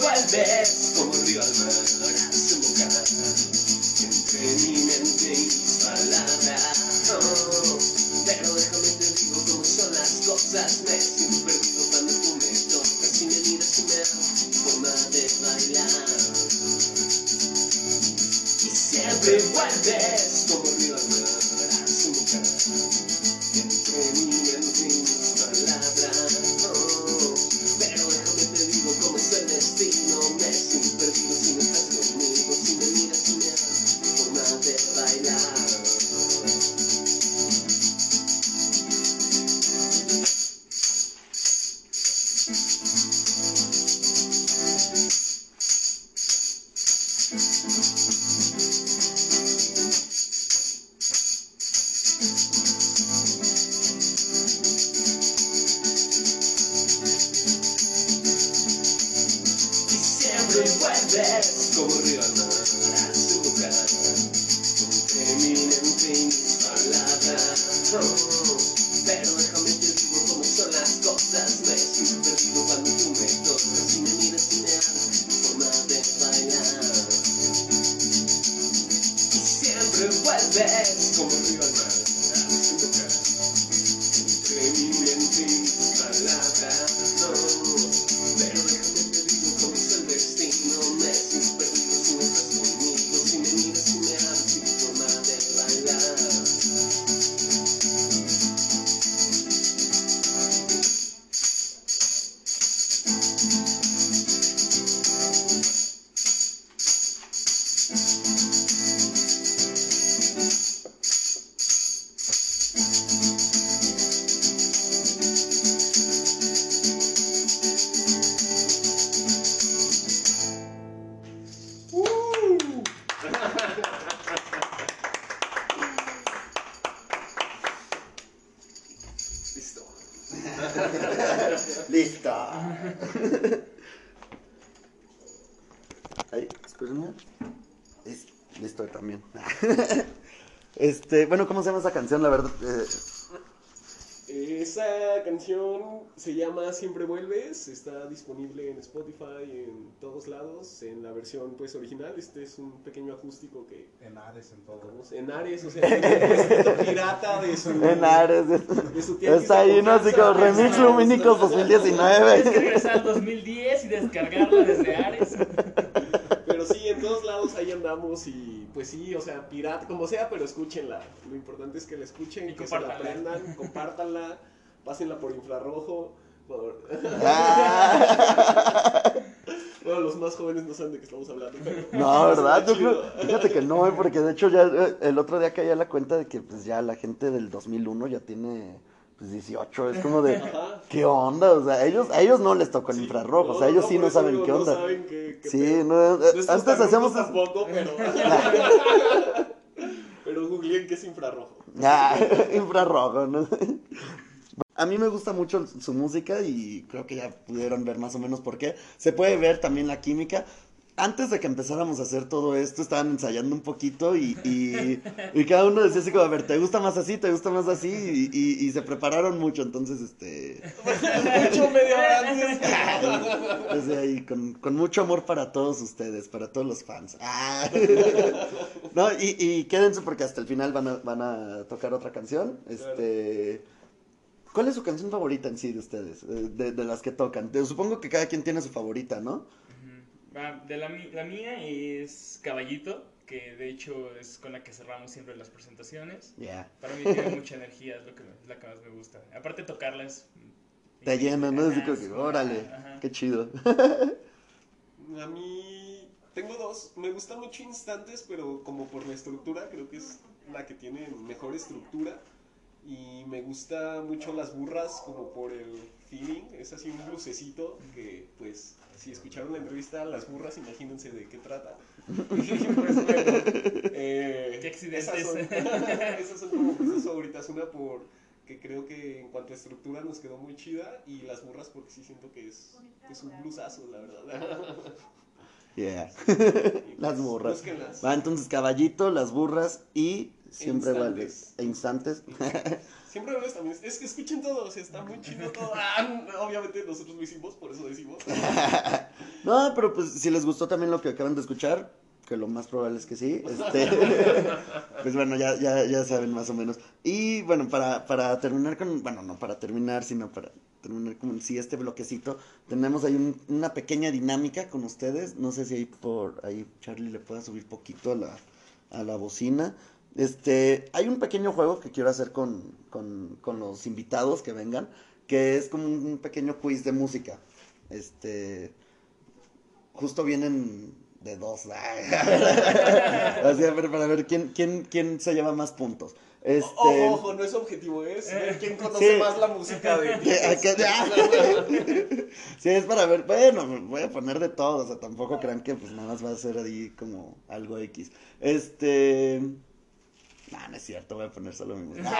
vuelves como río al mar a desembocar entre mi mente y mis palabras. Oh, pero déjame te digo cómo son las cosas. Me siento perdido cuando tú me tocas y me miras y me das forma de bailar. Y siempre vuelves como río al mar a desembocar entre mi mente y mis palabras. Oh, pero déjame te digo cómo es el destino. Me siento perdido si no estás conmigo, si me miras y me das forma de bailar. Siempre vuelves como río al mar a desembocar entre mi mente y mis palabras. Oh, pero déjame te digo cómo son las cosas. Me siento perdido cuando tú me tocas y me miras y me das forma de bailar. Y siempre vuelves como río al mar a desembocar entre mi mente y mis palabras. Oh, pero déjame te digo cómo es el destino. Me siento perdido si no estás conmigo, si me miras y me hablas y tu forma de bailar. Listo. Listo. Ay, espérenme. Es- Listo también. Este, bueno, ¿cómo se llama esa canción? La verdad, eh, Esa canción se llama Siempre Vuelves, está disponible en Spotify, en todos lados, en la versión pues original. Este es un pequeño acústico que En Ares, en todo. vamos, en Ares, o sea, es un pirata de su en Ares. de su tianguis Está de ahí, ¿no? Así como confianza. Remix Lumínicos dos mil Tienes que diecinueve. regresar al dos mil diez y descargarla desde Ares. Pero sí, en todos lados ahí andamos y pues sí, o sea, pirata, como sea, pero escúchenla. Lo importante es que la escuchen, Y que se la compártanla. aprendan, compártanla, pásenla por infrarrojo. Por... Ah. Bueno, los más jóvenes no saben de qué estamos hablando. Pero No, ¿verdad? Yo Chido. creo, fíjate que no, eh, porque de hecho ya eh, el otro día caí a la cuenta de que pues ya la gente del dos mil uno ya tiene pues dieciocho, es como de, Ajá. ¿qué onda? O sea, ellos, a ellos no les tocó el Sí, infrarrojo, o sea, no, ellos no, sí por no eso saben digo, qué no onda. saben qué- qué Sí, pedo. no, eh, Nuestros antes tarucos hacíamos... es- tampoco, pero... pero googleen que es infrarrojo. Ah, infrarrojo, ¿no? A mí me gusta mucho su música y creo que ya pudieron ver más o menos por qué. Se puede ver también la química. Antes de que empezáramos a hacer todo esto, estaban ensayando un poquito y, y, y cada uno decía así como, a ver, ¿te gusta más así? ¿Te gusta más así? Y, y, y se prepararon mucho, entonces, este... Mucho media hora antes. Desde ahí, con, con mucho amor para todos ustedes, para todos los fans. Ah. No, y, y quédense porque hasta el final van a, van a tocar otra canción. Este... ¿Cuál es su canción favorita en sí de ustedes? Eh, De, de las que tocan. De- supongo que cada quien tiene su favorita, ¿no? Va, de la, mi- la mía es Caballito, que de hecho es con la que cerramos siempre las presentaciones. Ya. Para mí tiene mucha energía, es lo que me- es la que más me gusta. Aparte tocarla es... Te llena, ¿no? Así Ajá, como que, sí, órale, ajá. qué chido. A mí tengo dos. Me gusta mucho Instantes, pero como por la estructura, creo que es la que tiene mejor estructura. Y me gusta mucho Las Burras, como por el feeling. Es así un blusecito que, pues, si escucharon la entrevista, Las Burras, imagínense de qué trata. Y pues bueno, eh, Qué accidentes. Esas son, esas son como mis dos favoritas. Una por que creo que en cuanto a estructura nos quedó muy chida. Y Las Burras porque sí siento que es, que es un blusazo, la verdad. Yeah. Y, Las pues, burras. búsquenlas. Va, entonces Caballito, Las Burras y siempre Instantes. vale. E instantes. Siempre vales también. Es que escuchen todo, o sea, está muy chido todo. Ah, obviamente nosotros lo hicimos, por eso decimos. No, pero pues si les gustó también lo que acaban de escuchar, que lo más probable es que sí, este, pues bueno, ya, ya, ya saben más o menos. Y bueno, para, para terminar con, bueno, no para terminar, sino para terminar con sí este bloquecito, tenemos ahí un- una pequeña dinámica con ustedes. No sé si ahí por ahí Charlie le pueda subir poquito a la, a la bocina. Este, hay un pequeño juego que quiero hacer con, con, con los invitados que vengan, que es como un pequeño quiz de música. Este, justo vienen de dos. Así, a ver, para ver quién, quién, quién se lleva más puntos. Este, Ojo, ojo, no es objetivo, es ver quién conoce Sí. más la música de que- a que- sí, es para ver, bueno, voy a poner de todo, o sea, tampoco crean que pues nada más va a ser ahí como algo X. Este, no, no es cierto, voy a poner solo mi música.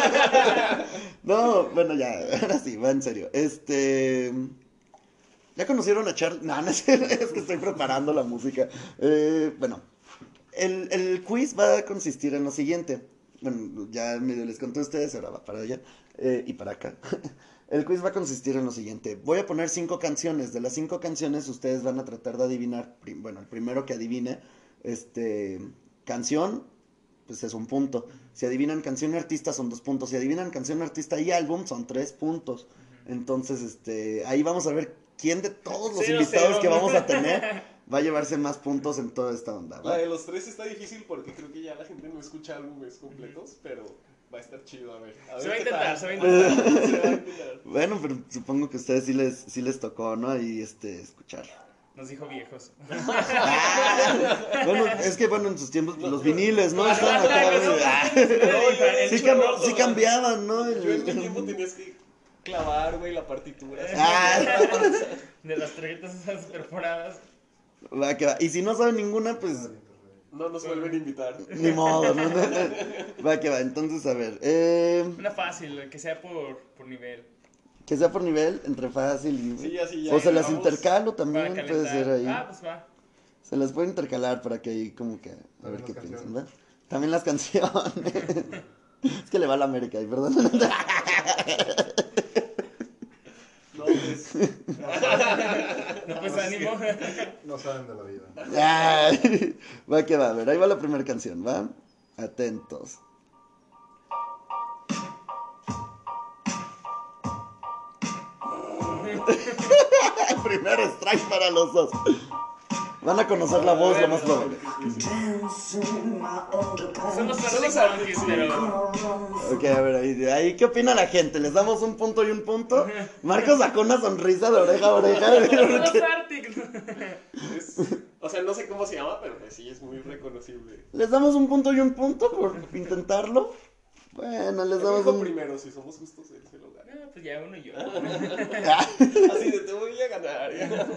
No, bueno, ya, ahora sí, va en serio. Este, ¿ya conocieron a Charlie? No, no es cierto, es que estoy preparando la música. Eh, bueno, el, el quiz va a consistir en lo siguiente. Bueno, ya medio les conté a ustedes, ahora va para allá eh, y para acá. El quiz va a consistir en lo siguiente. Voy a poner cinco canciones. De las cinco canciones ustedes van a tratar de adivinar. prim- Bueno, el primero que adivine, este, canción, pues es un punto. Si adivinan canción y artista son dos puntos. Si adivinan canción, artista y álbum son tres puntos. Entonces, este, ahí vamos a ver quién de todos los Cero, invitados cero. que vamos a tener va a llevarse más puntos en toda esta onda, La ¿va? de los tres está difícil porque creo que ya la gente no escucha álbumes completos, pero va a estar chido, a ver. A ver Se va a qué intentar, tal. se va a intentar. Se va a intentar. Bueno, pero supongo que a ustedes sí les, sí les tocó, ¿no? Ahí, este, escuchar. Nos dijo viejos. Ah, bueno, es que, bueno, en sus tiempos, pues, los viniles, ¿no? Estaban acá, güey. Ah, No, yo- sí, yo cam- no, sí cambiaban, ¿no? El- Yo en mi tiempo tenías que clavar, güey, la partitura. Ah, De las tarjetas esas perforadas. va que va. Y si no saben ninguna, pues, No nos vuelven a invitar. ni modo, ¿no? Va que va. Entonces, a ver, eh, Una fácil, que sea por, por nivel. que sea por nivel, entre fácil y... Sí, así ya. O se las vamos. intercalo Para también, calentar. puede ser ahí. Ah, pues va. Se las puede intercalar para que ahí como que... A ver También qué las piensan, canciones. ¿verdad? También las canciones. Es que le va a la América, y perdón. No, pues. No, pues ánimo. No saben de la vida. Ay, va que va, a ver, ahí va la primera canción, ¿va? Atentos. Primer strike para los dos. Van a conocer la voz, lo más probable. Son los Son los Arctic Monkeys, pero... Ok, a ver, ahí, ahí, ¿qué opina la gente? ¿Les damos un punto y un punto? Marcos sacó una sonrisa de oreja a oreja. Son los Arctic. Es- o sea, no sé cómo se llama, pero pues sí, es muy reconocible. ¿Les damos un punto y un punto por intentarlo? Bueno, les El damos dijo un... primero, si somos justos, él se lo gana. Ah, pues ya uno y yo. Así de te voy a ganar.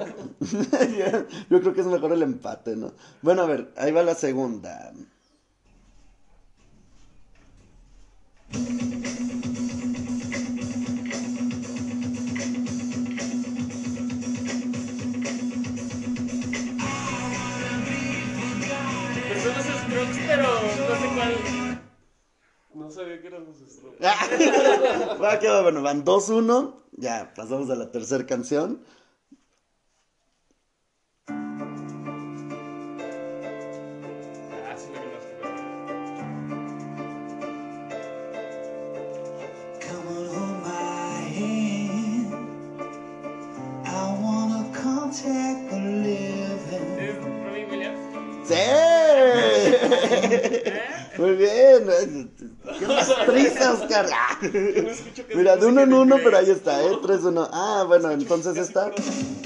Yo creo que es mejor el empate, ¿no? Bueno, a ver, ahí va la segunda. Pues son los Strokes, pero no sé cuál. No sabía que eran los Strokes. Va, que va, bueno, van dos uno. Ya, pasamos a la tercera canción. Ah, sí lo conozco. Come on, hold my hand. I wanna contact the living. ¿Es Robbie Williams? ¡Sí! ¿Eh? Muy bien. ¡Qué destreza, Oscar! Ah. Yo no escucho casi Mira, de uno música en uno, inglés. pero ahí está, ¿eh? tres uno. Ah, bueno, entonces Casi esta. puro-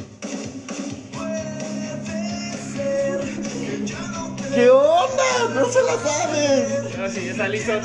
¿Qué onda? No se la saben. No, sí, es Alison.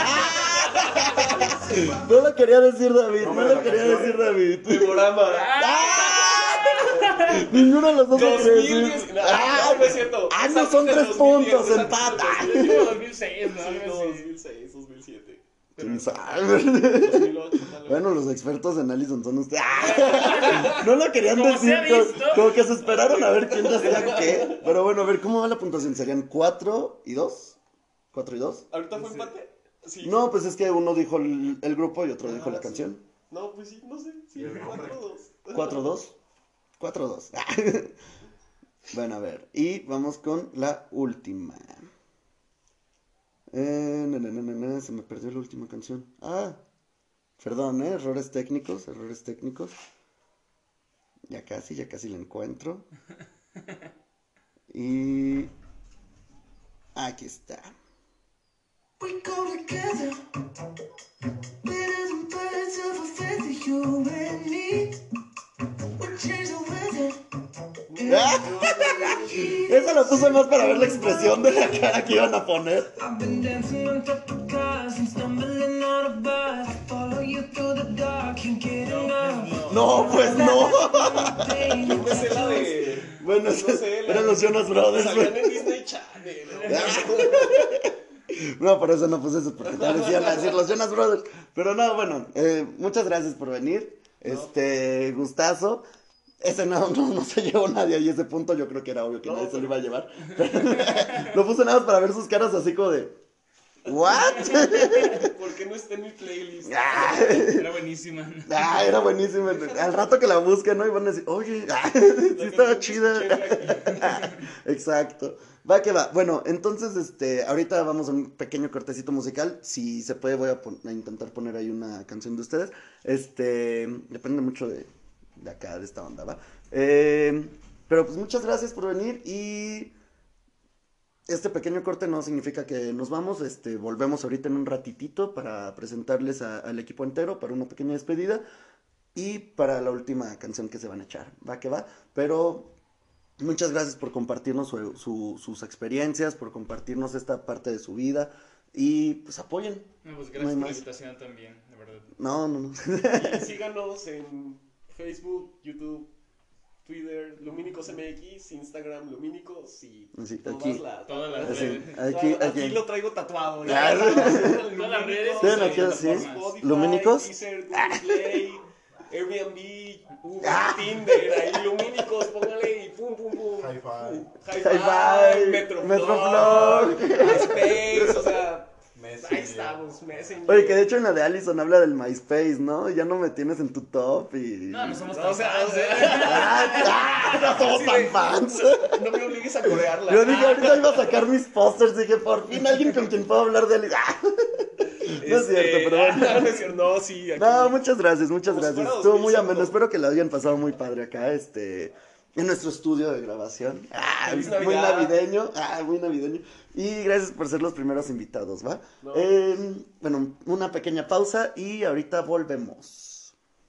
No lo quería decir David, no Nombre de lo la quería canción. decir David. Memorama. Ninguno de los dos lo dos quería mil decir. diez. Ah, no es cierto. Ah, no, Esa son es de tres dos mil diez, puntos, esa es de empata. dos mil diez. dos mil seis, ¿no? Sí, Algo no, así. dos mil seis, dos mil siete. ¿Quién sabe? dos mil ocho, tal vez. Bueno, los expertos en Allison son ustedes. ¡Ah! No lo querían Como decir, se ha como, visto. como que se esperaron a ver quién decía qué. Pero bueno, a ver, ¿cómo va la puntuación? ¿Serían cuatro y dos? ¿Cuatro y dos? ¿Ahorita fue Sí. empate? Sí. No, pues es que uno dijo el, el grupo y otro dijo Ah, la sí. canción. No, pues sí, no sé. Sí, ¿Y el nombre? cuatro dos. ¿Cuatro dos? Cuatro dos. Bueno, a ver. Y vamos con la última. Eh, na, na, na, na, na, se me perdió la última canción. Ah, perdón, ¿eh? Errores técnicos, errores técnicos. Ya casi, ya casi la encuentro. Y... aquí está. We go together, better than birds of a feather, you and me. We change the weather. Esa la puse más para ver la expresión de la cara que iban a poner. I've been dancing on top of cars and stumbling out of bars. I follow you through the dark, can't get enough. No, pues no. Yo me sé la de. Bueno, no sé, la eran los Jonas Brothers. Salían güey. en Disney Channel. No, por eso no puse eso, porque tal vez iban a decir los Jonas Brothers. Pero no, bueno, eh, muchas gracias por venir. Este, gustazo. Ese no, no, no se llevó nadie ahí, ese punto yo creo que era obvio que No, nadie se lo pero- iba a llevar. Lo puse nada más para ver sus caras así como de... ¿What? ¿Por qué no está en mi playlist? Ah, Era buenísima. ah, era buenísimo. Al rato que la busquen, ¿no? Y van a decir, oye, ah, sí estaba chida. Exacto. Va que va. Bueno, entonces, este, ahorita vamos a un pequeño cortecito musical. Si se puede, voy a, pon- a intentar poner ahí una canción de ustedes. Este, depende mucho de, de acá, de esta onda, ¿va? Eh, pero pues muchas gracias por venir y este pequeño corte no significa que nos vamos. Este, volvemos ahorita en un ratitito para presentarles a- al equipo entero para una pequeña despedida y para la última canción que se van a echar. Va que va. Pero muchas gracias por compartirnos su- su- sus experiencias, por compartirnos esta parte de su vida y pues apoyen. No, pues No gracias hay por la más. invitación también, de verdad. No, no, no. Y síganos en Facebook, YouTube, Twitter, Lumínicos M X, Instagram, Lumínicos y Sí, todas aquí. las... Todas las Así, redes. aquí, Todas- aquí. aquí lo traigo tatuado. Ah, Todas las redes. Sí, aquí, todas las sí. plataformas. Lumínicos. Deezer, Google Play, Airbnb, Uber, Ah. Tinder, ahí Lumínicos, póngale y pum, pum, pum. Hi-Fi. Hi-Fi, Hi-Fi, Metroflog, Metroflog. MySpace, o sea, Messenger. ahí estamos, Messenger. Oye, que de hecho en la de Allison habla del MySpace, ¿no? Ya no me tienes en tu top y... No, no somos No, tan o sea, fans, o sea, ¿eh? Ah, ah, no somos Sí, tan de- fans. No me obligues a corearla. Yo dije, ahorita iba a sacar mis pósters, dije, por fin alguien con quien puedo hablar de Allison. Ah. No es cierto, pero bueno. No es cierto, no, sí. Aquí. No, muchas gracias, muchas Como si gracias. fuera Estuvo muy dos mil cinco. ameno, espero que la hayan pasado muy padre acá, este, en nuestro estudio de grabación. Ah, Feliz muy Navidad. navideño, ah, muy navideño. Y gracias por ser los primeros invitados, ¿va? No. Eh, bueno, una pequeña pausa y ahorita volvemos.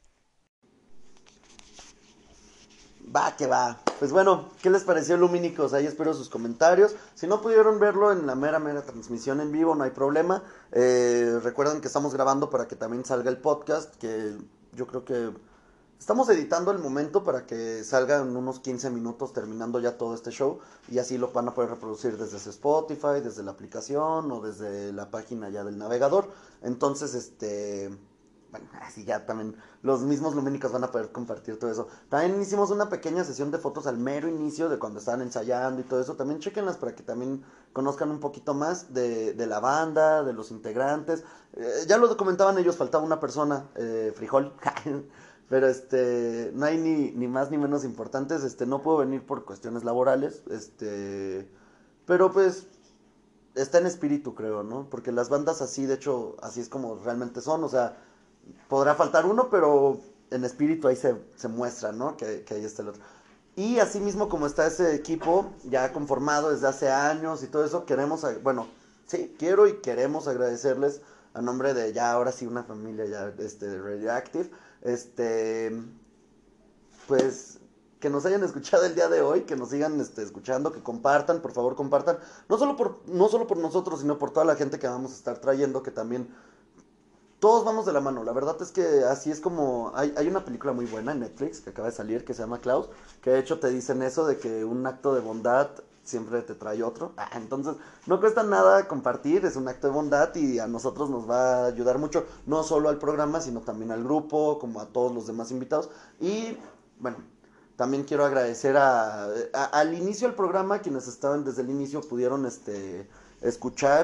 Va, que va. Pues bueno, ¿qué les pareció Lumínicos? Ahí espero sus comentarios. Si no pudieron verlo en la mera, mera transmisión en vivo, no hay problema. Eh, recuerden que estamos grabando para que también salga el podcast, que yo creo que estamos editando el momento para que salga en unos quince minutos terminando ya todo este show. Y así lo van a poder reproducir desde su Spotify, desde la aplicación o desde la página ya del navegador. Entonces, este... bueno, así ya también los mismos lumínicos van a poder compartir todo eso. También hicimos una pequeña sesión de fotos al mero inicio de cuando estaban ensayando y todo eso. También chequenlas para que también conozcan un poquito más de, de la banda, de los integrantes. Eh, ya lo comentaban ellos, faltaba una persona, eh, Frijol. Pero este, no hay ni, ni más ni menos importantes. Este, no puedo venir por cuestiones laborales. Este, pero pues está en espíritu, creo, ¿no? Porque las bandas así, de hecho, así es como realmente son. O sea, podrá faltar uno, pero en espíritu ahí se, se muestra, ¿no? Que, que ahí está el otro. Y así mismo como está ese equipo ya conformado desde hace años y todo eso, queremos, ag- bueno, sí, quiero y queremos agradecerles a nombre de ya ahora sí una familia ya este, de Radioactive, este, pues que nos hayan escuchado el día de hoy, que nos sigan este, escuchando, que compartan, por favor compartan, no solo por, no solo por nosotros, sino por toda la gente que vamos a estar trayendo, que también todos vamos de la mano. La verdad es que así es como... Hay, hay una película muy buena en Netflix que acaba de salir que se llama Klaus, que de hecho te dicen eso de que un acto de bondad siempre te trae otro. Ah, entonces, no cuesta nada compartir, es un acto de bondad y a nosotros nos va a ayudar mucho, no solo al programa, sino también al grupo, como a todos los demás invitados. Y, bueno, también quiero agradecer a, a- al inicio del programa, quienes estaban desde el inicio pudieron este, escuchar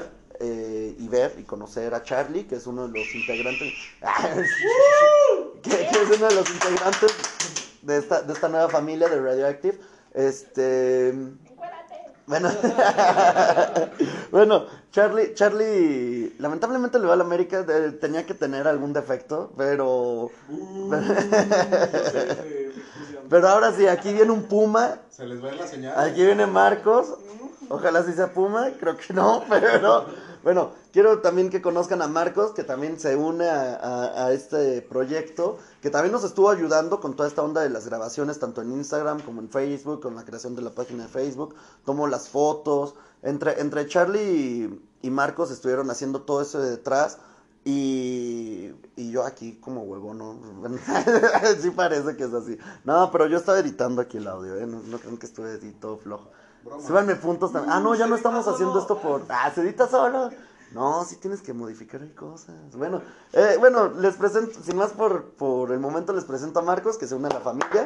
eh, y ver y conocer a Charlie, que es uno de los integrantes. que, que es uno de los integrantes de esta, de esta nueva familia de Radioactive. Este. Bueno, bueno, Charlie, Charlie, lamentablemente le va a la América, de- tenía que tener algún defecto, pero, pero ahora sí, aquí viene un Puma, Se les va la señal. aquí viene Marcos, ojalá sí sea Puma, creo que no, pero bueno, quiero también que conozcan a Marcos, que también se une a, a- a este proyecto, que también nos estuvo ayudando con toda esta onda de las grabaciones, tanto en Instagram como en Facebook, con la creación de la página de Facebook, tomo las fotos, entre, entre Charlie y, y Marcos estuvieron haciendo todo eso de detrás, y, y yo aquí como huevo, ¿no? Sí parece que es así. No, pero yo estaba editando aquí el audio, ¿eh? No, no crean que estuve así todo flojo. Broma. Súbanme puntos también. Ah, no, ya se no edita estamos solo. haciendo esto por... Ah, se edita solo. No, sí tienes que modificar ahí cosas. Bueno, eh, bueno, les presento, sin más por, por el momento les presento a Marcos, que se une a la familia.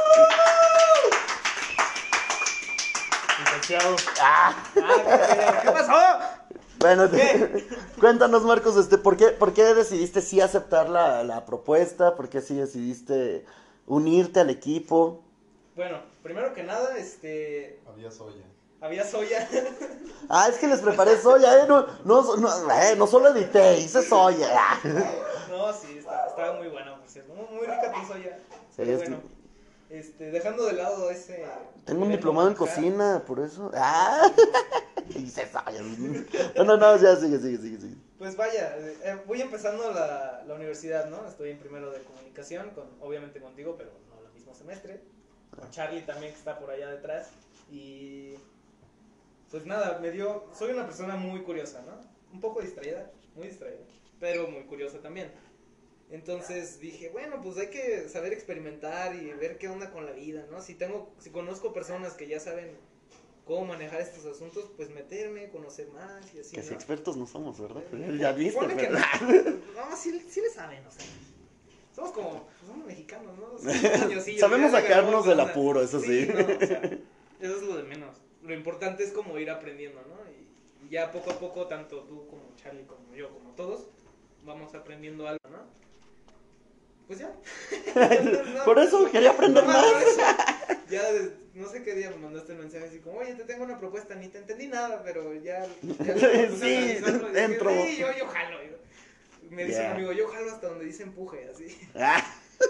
Licenciado. Ah, ¿Qué pasó? bueno, cuéntanos, Marcos, este, ¿por qué, por qué decidiste sí aceptar la, la propuesta? ¿Por qué sí decidiste unirte al equipo? Bueno, primero que nada, este, Había soya. había soya. Ah, es que les preparé soya, ¿eh? No, no, no, eh, no solo edité, hice soya. Ah. No, sí, está- estaba muy buena, por cierto. Muy, muy rica tu soya. Sí, Pero es- bueno, este, dejando de lado ese... Tengo un nivel diplomado en musical, cocina, por eso. Ah. Hice soya. No, no, no, ya sigue, sigue, sigue, sigue. Pues vaya, eh, voy empezando la, la universidad, ¿no? Estoy en primero de comunicación, con, obviamente contigo, pero no el mismo semestre. Con Charlie también, que está por allá detrás. Y pues nada, me dio... Soy una persona muy curiosa, ¿no? Un poco distraída, muy distraída, pero muy curiosa también. Entonces dije, bueno, pues hay que saber experimentar y ver qué onda con la vida, ¿no? Si tengo, si conozco personas que ya saben cómo manejar estos asuntos, pues meterme, conocer más y así, Que si ¿no? expertos no somos, ¿verdad? Ya viste, Ponle que ¿verdad? no, no, sí, sí le saben, o sea. Somos como, pues somos mexicanos, ¿no? Somos mañosillos, Sabemos ya le sacarnos agarramos del onda. apuro, eso sí. no, o sea, eso es lo de menos. Lo importante es como ir aprendiendo, ¿no? Y, y ya poco a poco, tanto tú como Charlie, como yo, como todos, vamos aprendiendo algo, ¿no? Pues ya. No, Por eso quería aprender nomás más. por eso. Ya, de- no sé qué día me mandaste el mensaje así como, oye, te tengo una propuesta, ni te entendí nada, pero ya. ya me puse a Sí, analizarlo y dije, entro. Sí, yo, yo jalo. yo- Me dice Yeah. un amigo, yo jalo hasta donde dice empuje, así. Ah,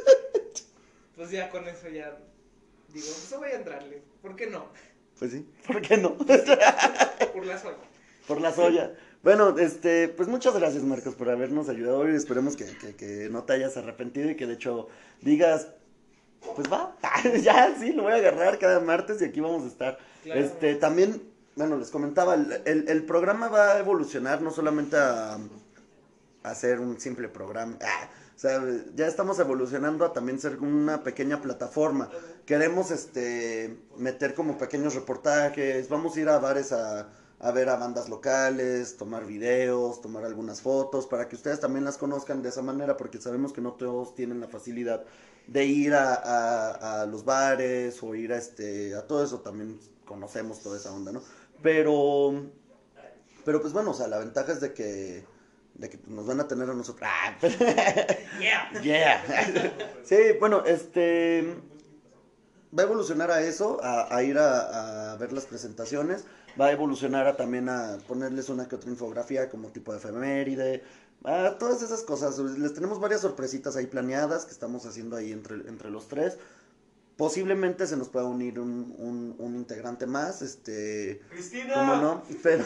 Pues ya con eso ya digo, pues voy a entrarle, ¿por qué no? pues sí, ¿por qué no? Por la soya. Por la soya. Bueno, este, pues muchas gracias, Marcos, por habernos ayudado hoy. Esperemos que, que, que no te hayas arrepentido y que de hecho digas, pues va, ya sí, lo voy a agarrar cada martes y aquí vamos a estar. Claro. Este, también, bueno, les comentaba, el, el, el programa va a evolucionar no solamente a, a ser un simple programa. Ah, o sea, ya estamos evolucionando a también ser una pequeña plataforma. Queremos este meter como pequeños reportajes, vamos a ir a bares a, a ver a bandas locales, tomar videos, tomar algunas fotos, para que ustedes también las conozcan de esa manera, porque sabemos que no todos tienen la facilidad de ir a, a, a los bares o ir a este a todo eso, también conocemos toda esa onda, ¿no? Pero, pero pues bueno, o sea, la ventaja es de que de que nos van a tener a nosotros. ¡Ah! Yeah. Yeah. Sí, bueno, este va a evolucionar a eso, a, a ir a, a ver las presentaciones, va a evolucionar a también a ponerles una que otra infografía como tipo de efeméride, a todas esas cosas. Les tenemos varias sorpresitas ahí planeadas que estamos haciendo ahí entre, entre los tres. Posiblemente se nos pueda unir un, un, un integrante más, este... ¡Cristina! ¿Cómo no? Pero,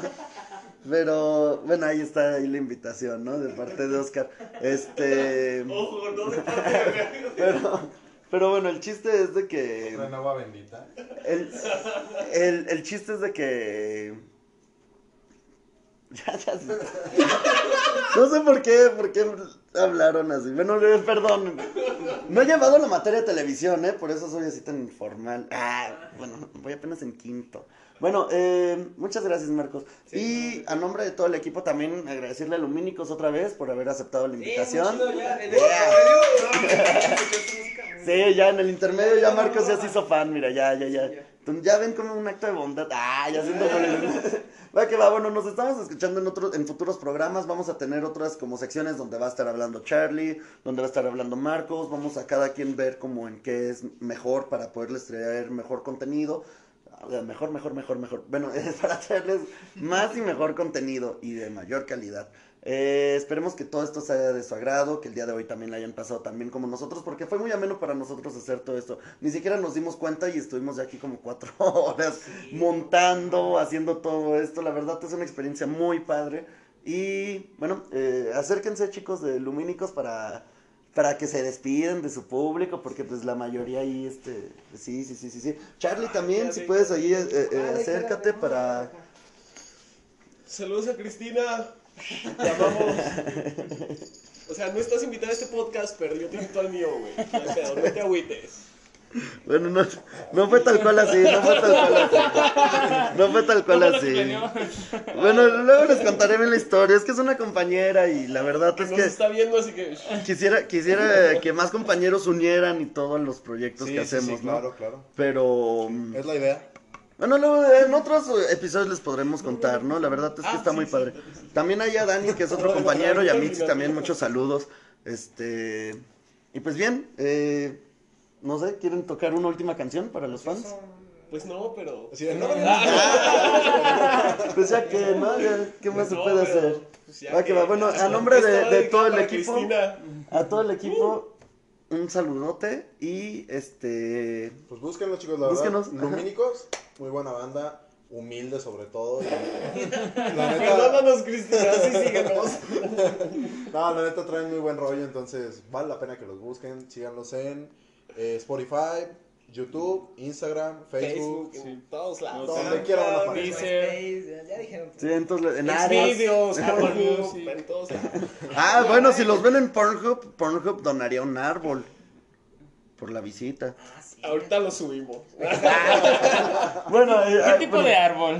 pero, bueno, ahí está ahí la invitación, ¿no? De parte de Oscar. Este, Ojo, no de parte de pero, pero bueno, el chiste es de que, Otra agua bendita. el, el, el chiste es de que, ya, ya, sé. No sé por qué, por qué hablaron así. Bueno, eh, perdón, no he llevado la materia de televisión, ¿eh? Por eso soy así tan informal. Ah, bueno, voy apenas en quinto. Bueno, eh, muchas gracias, Marcos. Y a nombre de todo el equipo también agradecerle a Lumínicos otra vez por haber aceptado la invitación. Sí, muy chido, ya. En el Yeah. intermedio, no, escuché esta música. Sí, ya en el intermedio ya Marcos ya se hizo fan, mira, ya, ya, ya. Entonces, ya ven como un acto de bondad. Ah, ya siento por el... Va que va, bueno, nos estamos escuchando en otros, en futuros programas, vamos a tener otras como secciones donde va a estar hablando Charlie, donde va a estar hablando Marcos, vamos a cada quien ver como en qué es mejor para poderles traer mejor contenido, mejor, mejor, mejor, mejor, bueno, es para traerles más y mejor contenido y de mayor calidad. Eh, esperemos que todo esto sea de su agrado, que el día de hoy también la hayan pasado tan bien como nosotros, porque fue muy ameno para nosotros hacer todo esto. Ni siquiera nos dimos cuenta y estuvimos ya aquí como cuatro horas sí. montando, haciendo todo esto. La verdad es una experiencia muy padre. Y bueno, eh, acérquense chicos de Lumínicos para, para que se despiden de su público, porque pues la mayoría ahí, este, sí, sí, sí, sí, sí. Charlie también, si puedes ahí, eh, eh, acércate para... Saludos a Cristina. Te amamos. O sea, no estás invitada a este podcast, pero yo te invito al mío, güey. No, pero no te agüites. Bueno, no, no fue tal cual así, no fue tal cual así. No fue tal cual No fue lo así. que planeó. Bueno, luego les contaré bien la historia. Es que es una compañera y la verdad Que es nos que está viendo, así que... quisiera, quisiera que más compañeros unieran y todos los proyectos Sí, que sí, sí, hacemos, ¿no? claro, claro. Pero mm, Es la idea. bueno, luego en otros episodios les podremos contar, ¿no? La verdad es que Ah, está sí, muy sí. padre. También hay a Dani, que es otro Bueno, compañero, y a al Mitzi final. también, muchos saludos. Este, y pues bien, eh, no sé, ¿quieren tocar una última canción para los fans? Pues no, pero... Así de, no, Pues ya que, ¿no? Ya, ¿qué más Pues se no, puede pero, hacer? pues ya Va que va, bueno, ya, a nombre de, esta va de dedicada todo el para equipo, Cristina. a todo el equipo, un saludote y este... Pues búsquenlos, chicos, la Búsquenos, verdad. ajá. Lumínicos, muy buena banda, humilde sobre todo. Y, la neta, Perdónanos, Cristina, sí, síguenos. no, la neta traen muy buen rollo, entonces vale la pena que los busquen. Síganlos en eh, Spotify, YouTube, Instagram, Facebook. Facebook, en todos lados. Donde quiera van a aparecer. MySpace, ya dijeron. Sí, entonces, en Ares. Xvideos, Apple Pornhub, Music. en todos lados. Ah, bueno, si los ven en Pornhub, Pornhub donaría un árbol por la visita. Ah, sí. Ahorita lo subimos. Bueno, eh, ¿Qué ah, tipo bueno, de árbol?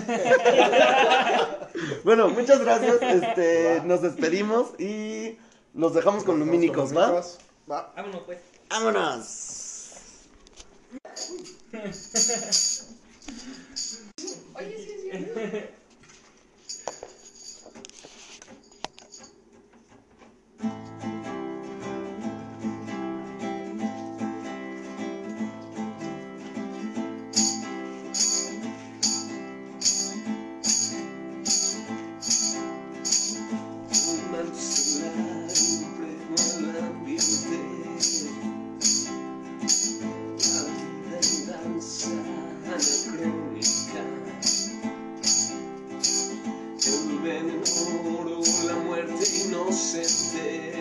bueno, muchas gracias. Este, nos despedimos y los dejamos con Lumínicos, ¿va? Lumínicos. Va. Vámonos, pues. Vámonos. Oye, sí, sí. Un manto solar impregnó el ambiente. La vida en danza anacrónica. El veneno oro, la muerte inocente.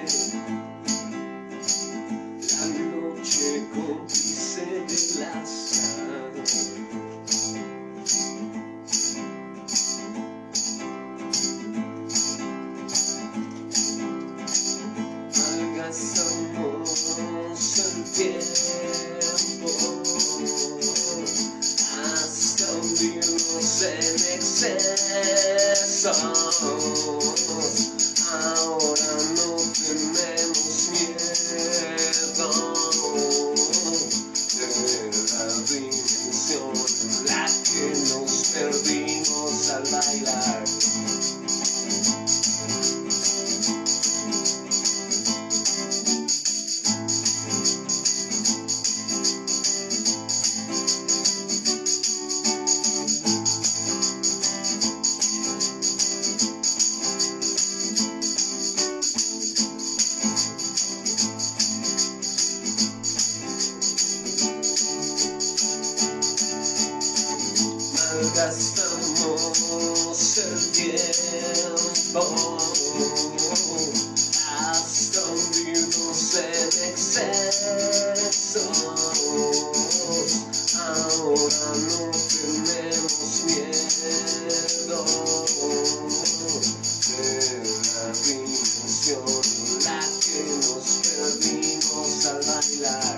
La noche cómplice del azar. Malgastamos el tiempo hasta hundirnos en excesos. Ahora no tenemos miedo de la dimensión en la que nos perdimos al bailar. Malgastamos el tiempo hasta hundirnos en excesos. Ahora no tenemos miedo de la dimensión en la que nos perdimos al bailar.